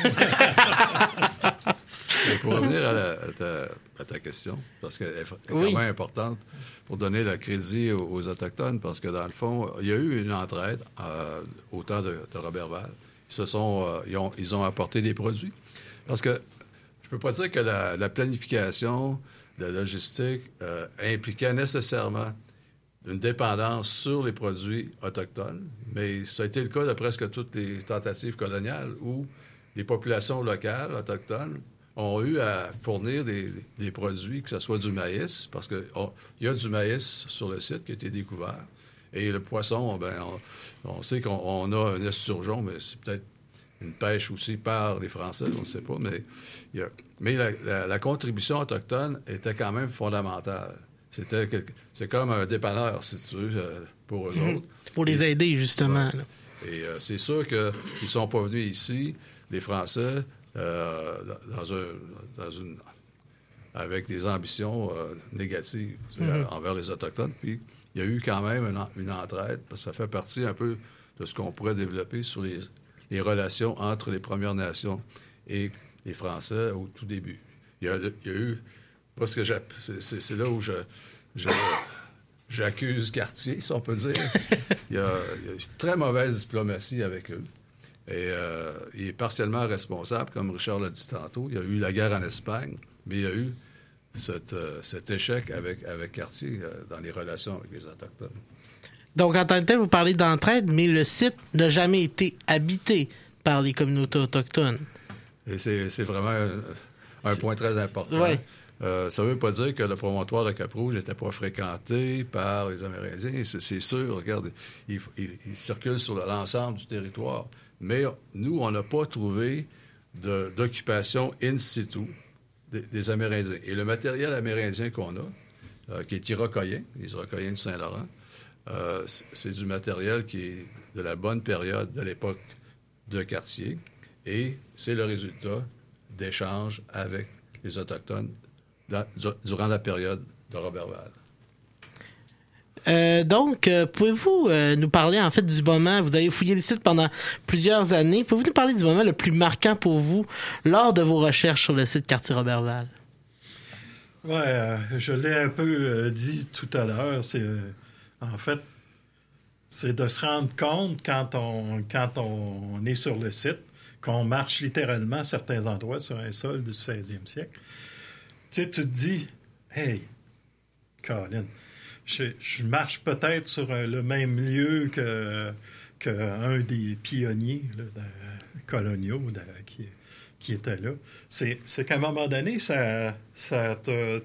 Pour revenir à, la, à, ta, à ta question, parce qu'elle est vraiment oui. importante pour donner le crédit aux, aux Autochtones, parce que dans le fond, il y a eu une entraide euh, au temps de, de Roberval. Ils, se sont, euh, ils, ont, ils ont apporté des produits. Parce que je ne peux pas dire que la, la planification... la logistique euh, impliquait nécessairement une dépendance sur les produits autochtones, mais ça a été le cas de presque toutes les tentatives coloniales où les populations locales autochtones ont eu à fournir des, des produits, que ce soit du maïs, parce qu'il oh, y a du maïs sur le site qui a été découvert, et le poisson, ben, on, on sait qu'on on a un esturgeon, mais c'est peut-être une pêche aussi par les Français, on ne sait pas, mais, il y a, mais la, la, la contribution autochtone était quand même fondamentale. C'était quelque, c'est comme un dépanneur, si tu veux, pour eux mmh. autres. Pour les et, aider, justement. Ouais. Et euh, c'est sûr qu'ils ne sont pas venus ici, les Français, euh, dans, un, dans une, avec des ambitions euh, négatives mmh. envers les Autochtones. Puis il y a eu quand même une, une entraide, parce que ça fait partie un peu de ce qu'on pourrait développer sur les... les relations entre les Premières Nations et les Français au tout début. Il y a, il y a eu... Parce que c'est, c'est, c'est là où je, je, j'accuse Cartier, si on peut dire. Il y a, il y a une très mauvaise diplomatie avec eux. Et euh, il est partiellement responsable, comme Richard l'a dit tantôt. Il y a eu la guerre en Espagne, mais il y a eu cette, euh, cet échec avec, avec Cartier euh, dans les relations avec les Autochtones. Donc, en tant que tel, vous parlez d'entraide, mais le site n'a jamais été habité par les communautés autochtones. Et c'est, c'est vraiment un, un point très important. Ouais. Euh, ça ne veut pas dire que le promontoire de Cap-Rouge n'était pas fréquenté par les Amérindiens. C'est, c'est sûr, regarde, il, il, il circule sur l'ensemble du territoire. Mais nous, on n'a pas trouvé de, d'occupation in situ des, des Amérindiens. Et le matériel amérindien qu'on a, euh, qui est iroquoien, les Iroquoiens du Saint-Laurent, euh, c'est, c'est du matériel qui est de la bonne période de l'époque de Cartier. Et c'est le résultat d'échanges avec les Autochtones dans, durant la période de Roberval. Euh, donc, euh, pouvez-vous euh, nous parler en fait du moment, vous avez fouillé le site pendant plusieurs années, pouvez-vous nous parler du moment le plus marquant pour vous lors de vos recherches sur le site Cartier-Roberval? Oui, euh, je l'ai un peu euh, dit tout à l'heure, c'est euh, en fait, c'est de se rendre compte quand on, quand on est sur le site, qu'on marche littéralement à certains endroits sur un sol du seizième siècle. Tu sais, tu te dis, hey, Colin, je, je marche peut-être sur un, le même lieu que, que un des pionniers là, de, coloniaux de, qui, qui était là. C'est, c'est qu'à un moment donné, ça, ça te...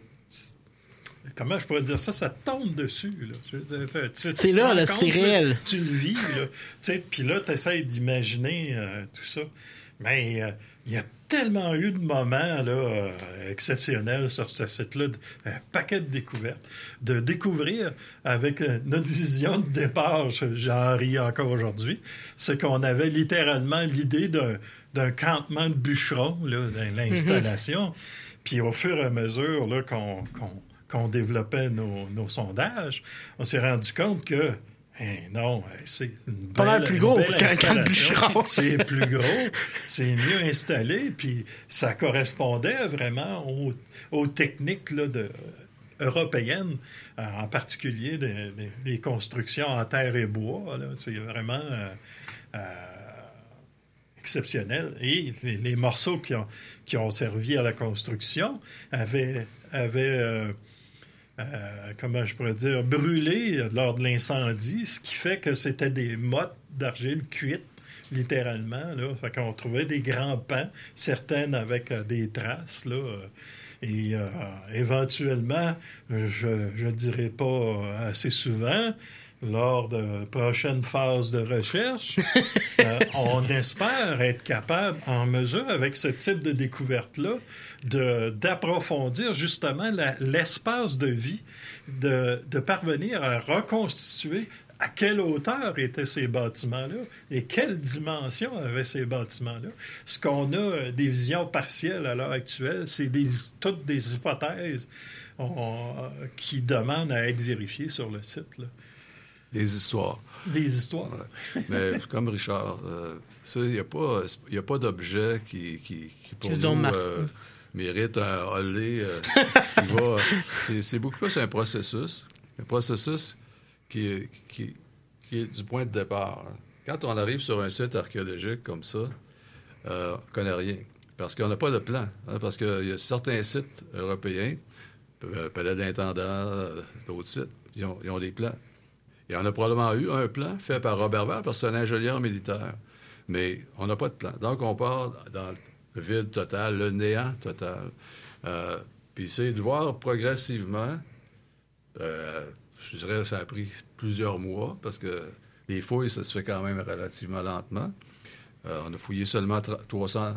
Comment je pourrais dire ça? Ça te tombe dessus. Là. Je veux dire, tu, tu, c'est tu là, là c'est réel. Là, tu le vis. Puis là, tu essaies d'imaginer euh, tout ça. Mais il euh, y a tellement eu de moments là, euh, exceptionnels sur ce site-là, un paquet de découvertes. De découvrir avec euh, notre vision de départ, j'en ris encore aujourd'hui, c'est qu'on avait littéralement l'idée d'un, d'un campement de bûcherons, là, dans l'installation. Mm-hmm. Puis au fur et à mesure là, qu'on... qu'on qu'on développait nos, nos sondages, on s'est rendu compte que hein, non, c'est une belle, pas mal plus gros qu'un bûcheron. C'est plus gros, c'est mieux installé, puis ça correspondait vraiment aux, aux techniques là, de, européennes, en particulier des, des, des constructions en terre et bois. Là, c'est vraiment euh, euh, exceptionnel. Et les, les morceaux qui ont, qui ont servi à la construction avaient... avaient euh, Euh, comment je pourrais dire, brûlés lors de l'incendie, ce qui fait que c'était des mottes d'argile cuites, littéralement. Là. Fait qu'on trouvait des grands pans, certaines avec euh, des traces. Là, et euh, éventuellement, je ne dirais pas assez souvent, lors de prochaines phases de recherche, euh, on espère être capable, en mesure, avec ce type de découverte-là, de, d'approfondir justement la, l'espace de vie, de, de parvenir à reconstituer à quelle hauteur étaient ces bâtiments-là et quelle dimension avaient ces bâtiments-là. Ce qu'on a des visions partielles à l'heure actuelle, c'est des, toutes des hypothèses on, qui demandent à être vérifiées sur le site, là. Des histoires. Des histoires. Ouais. Mais comme Richard, euh, il n'y a pas, y a pas d'objet qui, qui, qui pour nous, euh, mérite un holé. Euh, qui va, c'est, c'est beaucoup plus un processus. Un processus qui est, qui, qui est du point de départ. Quand on arrive sur un site archéologique comme ça, euh, on ne connaît rien. Parce qu'on n'a pas de plan. Hein, parce qu'il y a certains sites européens, euh, Palais d'Intendant, euh, d'autres sites, ils ont, ils ont des plans. Et on a probablement eu un plan fait par Roberval, parce que c'est un ingénieur militaire. Mais on n'a pas de plan. Donc, on part dans le vide total, le néant total. Euh, puis c'est de voir progressivement, euh, je dirais que ça a pris plusieurs mois, parce que les fouilles, ça se fait quand même relativement lentement. Euh, on a fouillé seulement trois cent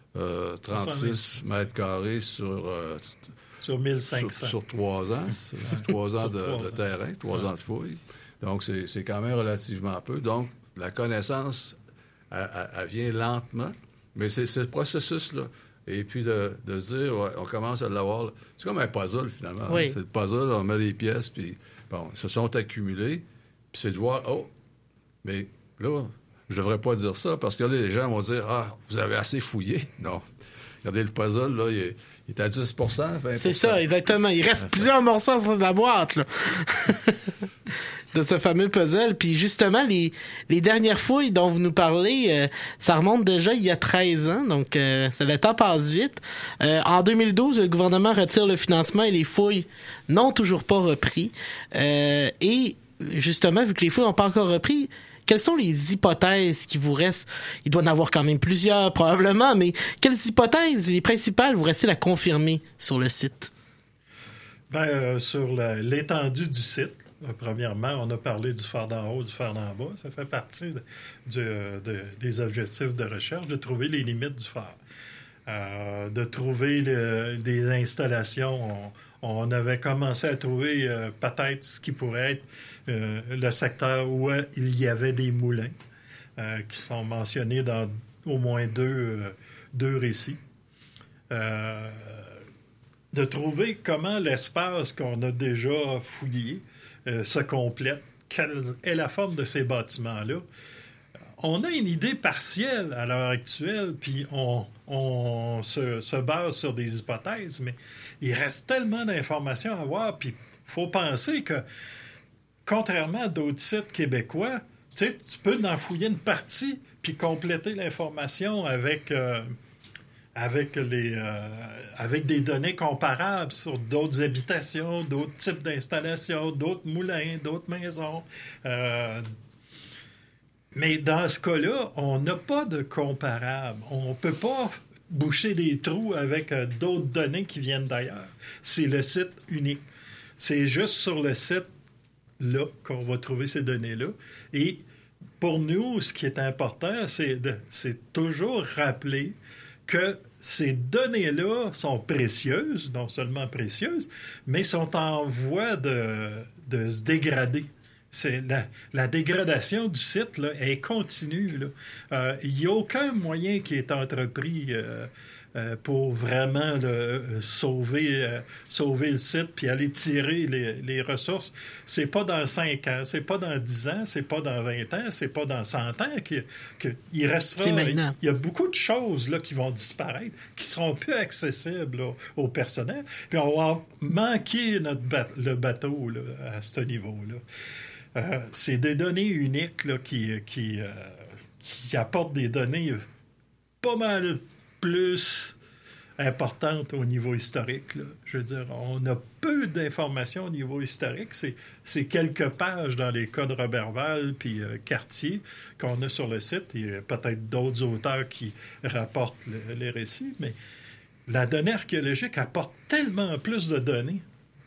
trente-six mètres carrés sur... Euh, sur mille cinq cents. Sur, sur trois ans. Sur trois ans de, trois de terrain, trois ouais. ans de fouilles. Donc, c'est, c'est quand même relativement peu. Donc, la connaissance, elle, elle vient lentement, mais c'est, c'est le processus-là. Et puis, de, de se dire, ouais, on commence à l'avoir. Là. C'est comme un puzzle, finalement. Oui. Hein? C'est le puzzle, on met les pièces, puis, bon, se sont accumulées. Puis, c'est de voir, oh, mais là, je devrais pas dire ça, parce que là, les gens vont dire, ah, vous avez assez fouillé. Non. Regardez, le puzzle, là, il est, il est à dix pour cent, vingt pour cent. C'est ça, exactement. Il reste plusieurs morceaux dans la boîte, là. de ce fameux puzzle. Puis justement, les, les dernières fouilles dont vous nous parlez, euh, ça remonte déjà il y a treize ans, donc euh, ça, le temps passe vite. Euh, en deux mille douze, le gouvernement retire le financement et les fouilles n'ont toujours pas repris. Euh, et justement, vu que les fouilles n'ont pas encore repris, quelles sont les hypothèses qui vous restent? Il doit en avoir quand même plusieurs, probablement, mais quelles hypothèses, les principales, vous restez à confirmer sur le site? Ben, euh, sur la, l'étendue du site, euh, premièrement, on a parlé du phare d'en haut, du phare d'en bas. Ça fait partie de, du, de, des objectifs de recherche, de trouver les limites du phare. Euh, de trouver le, des installations. On, on avait commencé à trouver euh, peut-être ce qui pourrait être euh, le secteur où euh, il y avait des moulins euh, qui sont mentionnés dans au moins deux, euh, deux récits. Euh, de trouver comment l'espace qu'on a déjà fouillé euh, se complète, quelle est la forme de ces bâtiments-là. On a une idée partielle à l'heure actuelle, puis on, on se, se base sur des hypothèses, mais il reste tellement d'informations à voir, puis il faut penser que, contrairement à d'autres sites québécois, tu sais, tu peux en fouiller une partie, puis compléter l'information avec, euh, avec, les, euh, avec des données comparables sur d'autres habitations, d'autres types d'installations, d'autres moulins, d'autres maisons. Euh, Mais dans ce cas-là, on n'a pas de comparable. On ne peut pas boucher des trous avec euh, d'autres données qui viennent d'ailleurs. C'est le site unique. C'est juste sur le site-là qu'on va trouver ces données-là. Et pour nous, ce qui est important, c'est, de, c'est toujours rappeler que ces données-là sont précieuses, non seulement précieuses, mais sont en voie de, de se dégrader. C'est la, la dégradation du site là, est continue. Il euh, n'y a aucun moyen qui est entrepris euh, euh, pour vraiment là, sauver, euh, sauver le site puis aller tirer les, les ressources. C'est pas dans cinq ans, c'est pas dans dix ans, c'est pas dans vingt ans, c'est pas dans cent ans qu'il, qu'il restera. C'est maintenant. Il y a beaucoup de choses là, qui vont disparaître, qui seront plus accessibles là, au personnel. Puis on va manquer notre ba- le bateau là, à ce niveau-là. Euh, c'est des données uniques là, qui, qui, euh, qui apportent des données pas mal plus importantes au niveau historique. Là. Je veux dire, on a peu d'informations au niveau historique. C'est, c'est quelques pages dans les cas de Roberval puis euh, Cartier qu'on a sur le site. Il y a peut-être d'autres auteurs qui rapportent le, les récits, mais la donnée archéologique apporte tellement plus de données.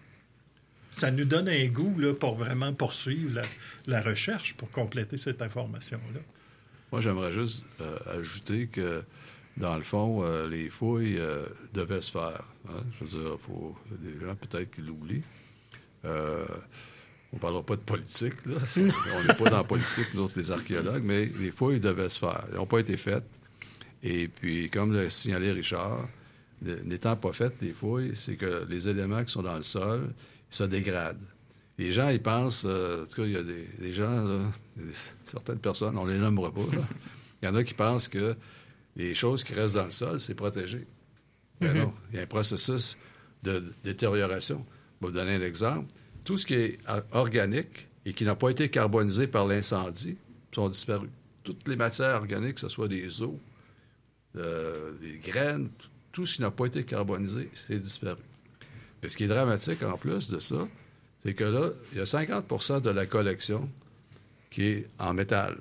Ça nous donne un goût là, pour vraiment poursuivre la, la recherche pour compléter cette information-là. Moi, j'aimerais juste euh, ajouter que, dans le fond, euh, les fouilles euh, devaient se faire. Hein? Je veux dire, il faut des gens peut-être qui l'oublient. Euh, on ne parlera pas de politique, là. On n'est pas dans la politique, nous autres, les archéologues, mais les fouilles devaient se faire. Elles n'ont pas été faites. Et puis, comme l'a signalé Richard, n'étant pas faites, les fouilles, c'est que les éléments qui sont dans le sol se dégradent. Les gens, ils pensent... Euh, en tout cas, il y a des, des gens, là, des, certaines personnes, on les nommera pas, là. Il y en a qui pensent que les choses qui restent dans le sol, c'est protégé. Mais mm-hmm. non, il y a un processus de détérioration. Je vais vous donner un exemple. Tout ce qui est organique et qui n'a pas été carbonisé par l'incendie sont disparus. Toutes les matières organiques, que ce soit des os, euh, des graines, tout ce qui n'a pas été carbonisé, c'est disparu. Mais ce qui est dramatique en plus de ça, c'est que là, il y a cinquante pour cent de la collection qui est en métal.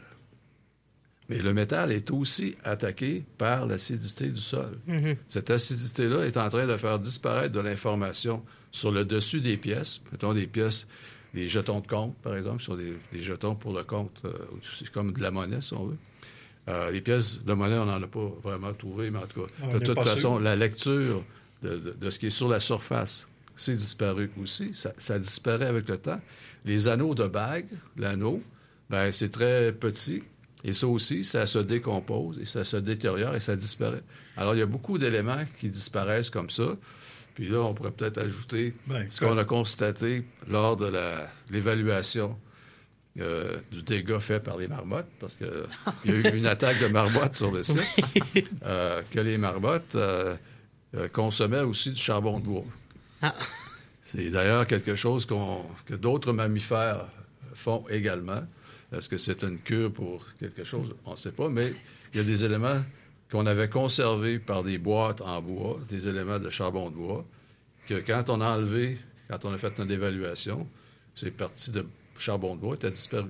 Mais le métal est aussi attaqué par l'acidité du sol. Mm-hmm. Cette acidité-là est en train de faire disparaître de l'information sur le dessus des pièces. Mettons des pièces, des jetons de compte, par exemple, sur des, des jetons pour le compte. Euh, c'est comme de la monnaie, si on veut. Euh, les pièces de monnaie, on n'en a pas vraiment trouvé, mais en tout cas, on de toute façon, sûr. La lecture de, de, de ce qui est sur la surface, c'est disparu aussi. Ça, ça disparaît avec le temps. Les anneaux de bague, l'anneau, ben c'est très petit. Et ça aussi, ça se décompose et ça se détériore et ça disparaît. Alors, il y a beaucoup d'éléments qui disparaissent comme ça. Puis là, on pourrait peut-être ajouter ben, ce qu'on a constaté lors de la, l'évaluation euh, du dégât fait par les marmottes, parce qu'il y a eu une attaque de marmottes sur le site, euh, que les marmottes euh, euh, consommaient aussi du charbon de bois. Ah. C'est d'ailleurs quelque chose qu'on, que d'autres mammifères font également. Est-ce que c'est une cure pour quelque chose? On ne sait pas, mais il y a des éléments qu'on avait conservés par des boîtes en bois, des éléments de charbon de bois, que quand on a enlevé, quand on a fait une évaluation, c'est parti de charbon de bois, était disparu.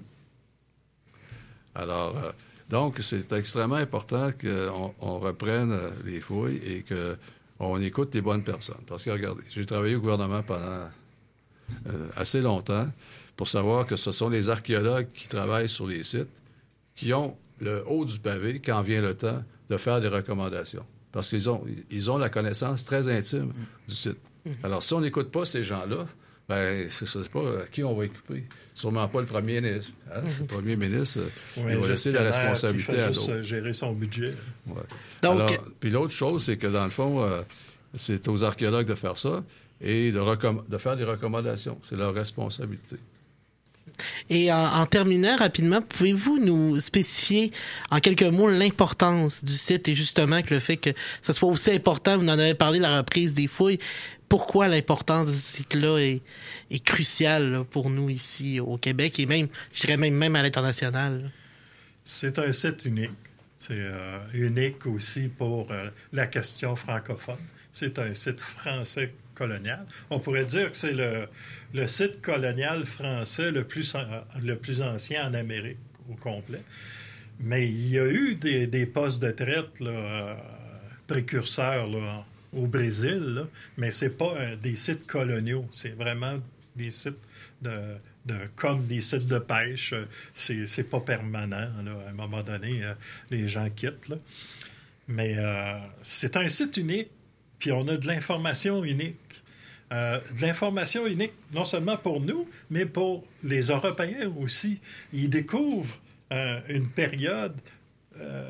Alors, euh, donc, c'est extrêmement important qu'on on reprenne les fouilles et qu'on écoute les bonnes personnes. Parce que, regardez, j'ai travaillé au gouvernement pendant euh, assez longtemps pour savoir que ce sont les archéologues qui travaillent sur les sites qui ont le haut du pavé quand vient le temps de faire des recommandations. Parce qu'ils ont, ils ont la connaissance très intime du site. Alors, si on n'écoute pas ces gens-là, ben, je ne sais pas à qui on va écouter. Sûrement pas le premier ministre. Hein? Mm-hmm. Le premier ministre, oui, il va laisser la responsabilité à d'autres. Gérer son budget. Ouais. Donc, alors, puis l'autre chose, c'est que dans le fond, euh, c'est aux archéologues de faire ça et de, recomm- de faire des recommandations. C'est leur responsabilité. Et en, en terminant rapidement, pouvez-vous nous spécifier en quelques mots l'importance du site et justement que le fait que ce soit aussi important, vous en avez parlé, la reprise des fouilles, pourquoi l'importance de ce site-là est, est cruciale là, pour nous ici au Québec et même, je dirais même, même à l'international? C'est un site unique. C'est euh, unique aussi pour euh, la question francophone. C'est un site français colonial. On pourrait dire que c'est le, le site colonial français le plus, le plus ancien en Amérique au complet. Mais il y a eu des, des postes de traite là, euh, précurseurs là, au Brésil, là, mais ce n'est pas euh, des sites coloniaux. C'est vraiment des sites de, de, comme des sites de pêche. C'est, c'est pas permanent. Là. À un moment donné, euh, les gens quittent. Là. Mais euh, c'est un site unique. Puis on a de l'information unique. Euh, de l'information unique, non seulement pour nous, mais pour les Européens aussi. Ils découvrent euh, une période euh,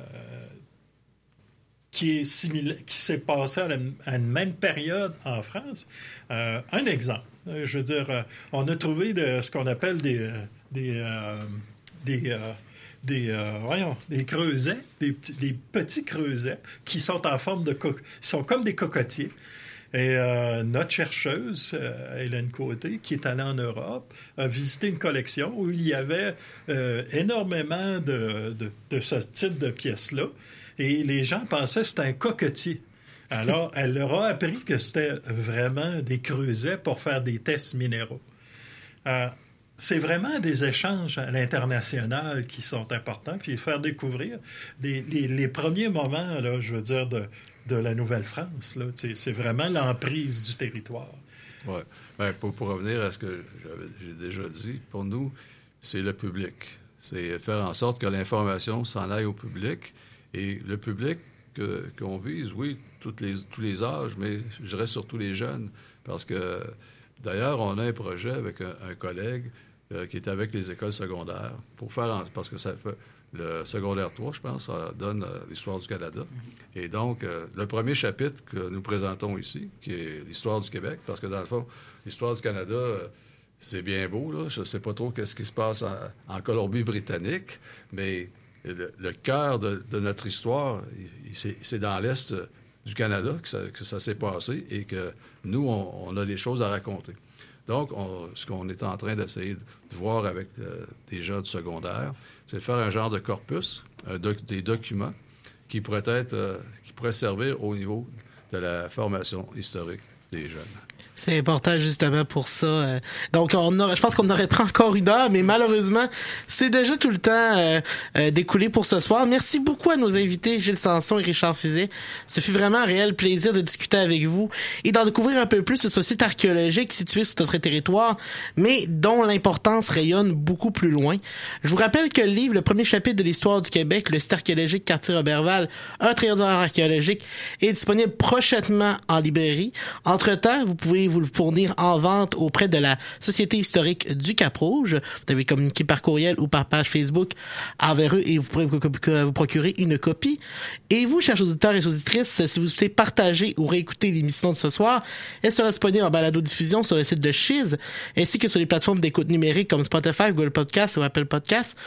qui est similaire, qui s'est passée à, la, à une même période en France. Euh, un exemple, je veux dire, euh, on a trouvé de, ce qu'on appelle des... des, euh, des euh, Des, euh, voyons, des creusets, des petits, des petits creusets qui sont en forme de... Co- sont comme des cocotiers. Et euh, notre chercheuse, euh, Hélène Côté, qui est allée en Europe, a visité une collection où il y avait euh, énormément de, de, de ce type de pièces-là. Et les gens pensaient que c'était un cocotier. Alors, elle leur a appris que c'était vraiment des creusets pour faire des tests minéraux. Euh, C'est vraiment des échanges à l'international qui sont importants, puis faire découvrir des, les, les premiers moments, là, je veux dire, de, de la Nouvelle-France. Là, c'est vraiment l'emprise du territoire. Oui. Bien, pour, pour revenir à ce que j'avais, j'ai déjà dit, pour nous, c'est le public. C'est faire en sorte que l'information s'en aille au public. Et le public que, qu'on vise, oui, toutes les, tous les âges, mais je dirais surtout les jeunes. Parce que, d'ailleurs, on a un projet avec un, un collègue euh, qui est avec les écoles secondaires pour faire... En, parce que ça fait... Le secondaire trois, je pense, ça donne euh, l'histoire du Canada. Mm-hmm. Et donc, euh, le premier chapitre que nous présentons ici, qui est l'histoire du Québec, parce que dans le fond, l'histoire du Canada, euh, c'est bien beau, là. Je ne sais pas trop qu'est-ce qui se passe en, en Colombie-Britannique, mais le, le cœur de, de notre histoire, il, c'est, c'est dans l'Est du Canada que ça, que ça s'est passé et que nous, on, on a des choses à raconter. Donc, on, ce qu'on est en train d'essayer de voir avec euh, des gens du secondaire, c'est de faire un genre de corpus, un doc, des documents qui pourraient être, euh, qui pourraient servir au niveau de la formation historique des jeunes. C'est important justement pour ça. Donc, on a, je pense qu'on aurait pris encore une heure, mais malheureusement, c'est déjà tout le temps euh, euh, découlé pour ce soir. Merci beaucoup à nos invités, Gilles Sanson et Richard Fizet. Ce fut vraiment un réel plaisir de discuter avec vous et d'en découvrir un peu plus sur ce site archéologique situé sur notre territoire, mais dont l'importance rayonne beaucoup plus loin. Je vous rappelle que le livre, le premier chapitre de l'histoire du Québec, le site archéologique Quartier Roberval, un trésor archéologique, est disponible prochainement en librairie. Entre-temps, vous pouvez vous le fournir en vente auprès de la Société historique du Cap-Rouge. Vous devez communiquer par courriel ou par page Facebook envers eux et vous pourrez vous procurer une copie. Et vous, chers auditeurs et auditrices, si vous souhaitez partager ou réécouter l'émission de ce soir, elle sera disponible en balado-diffusion sur le site de Chiz, ainsi que sur les plateformes d'écoute numérique comme Spotify, Google Podcasts ou Apple Podcasts.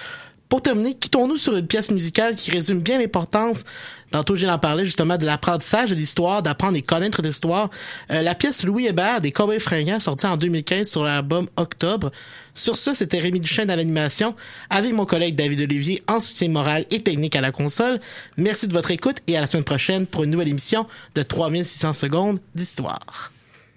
Pour terminer, quittons-nous sur une pièce musicale qui résume bien l'importance, tantôt j'ai en parlé justement de l'apprentissage de l'histoire, d'apprendre et connaître l'histoire. Euh, la pièce Louis Hébert des Cowboys fringants, sortie en deux mille quinze sur l'album Octobre. Sur ce, c'était Rémi Duchesne à l'animation, avec mon collègue David Olivier en soutien moral et technique à la console. Merci de votre écoute et à la semaine prochaine pour une nouvelle émission de trois mille six cents secondes d'histoire.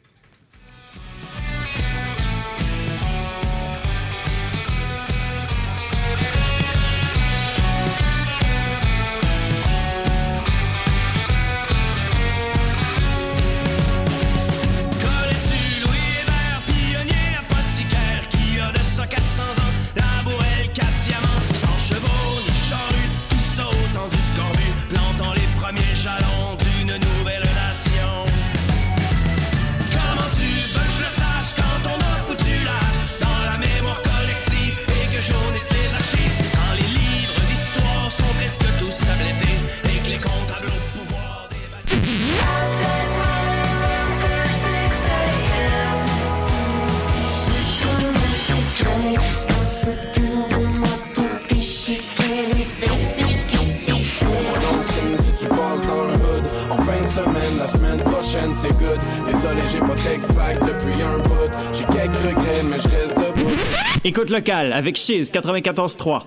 La semaine prochaine c'est good. Désolé j'ai pas d'ex-pack depuis un bout. J'ai quelques regrets mais je reste debout. Écoute locale avec Chiz quatre-vingt-quatorze trois.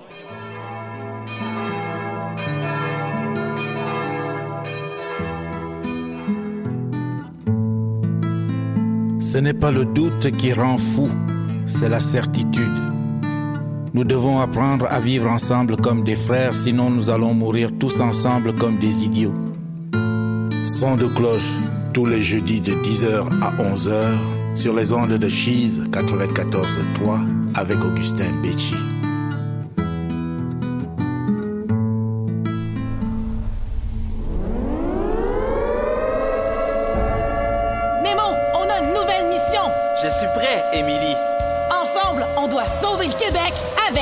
Ce n'est pas le doute qui rend fou, c'est la certitude. Nous devons apprendre à vivre ensemble comme des frères, sinon nous allons mourir tous ensemble comme des idiots. Son de cloche, tous les jeudis de dix heures à onze heures, sur les ondes de Chiz quatre-vingt-quatorze trois avec Augustin Becci. Mémo, on a une nouvelle mission! Je suis prêt, Émilie. Ensemble, on doit sauver le Québec avec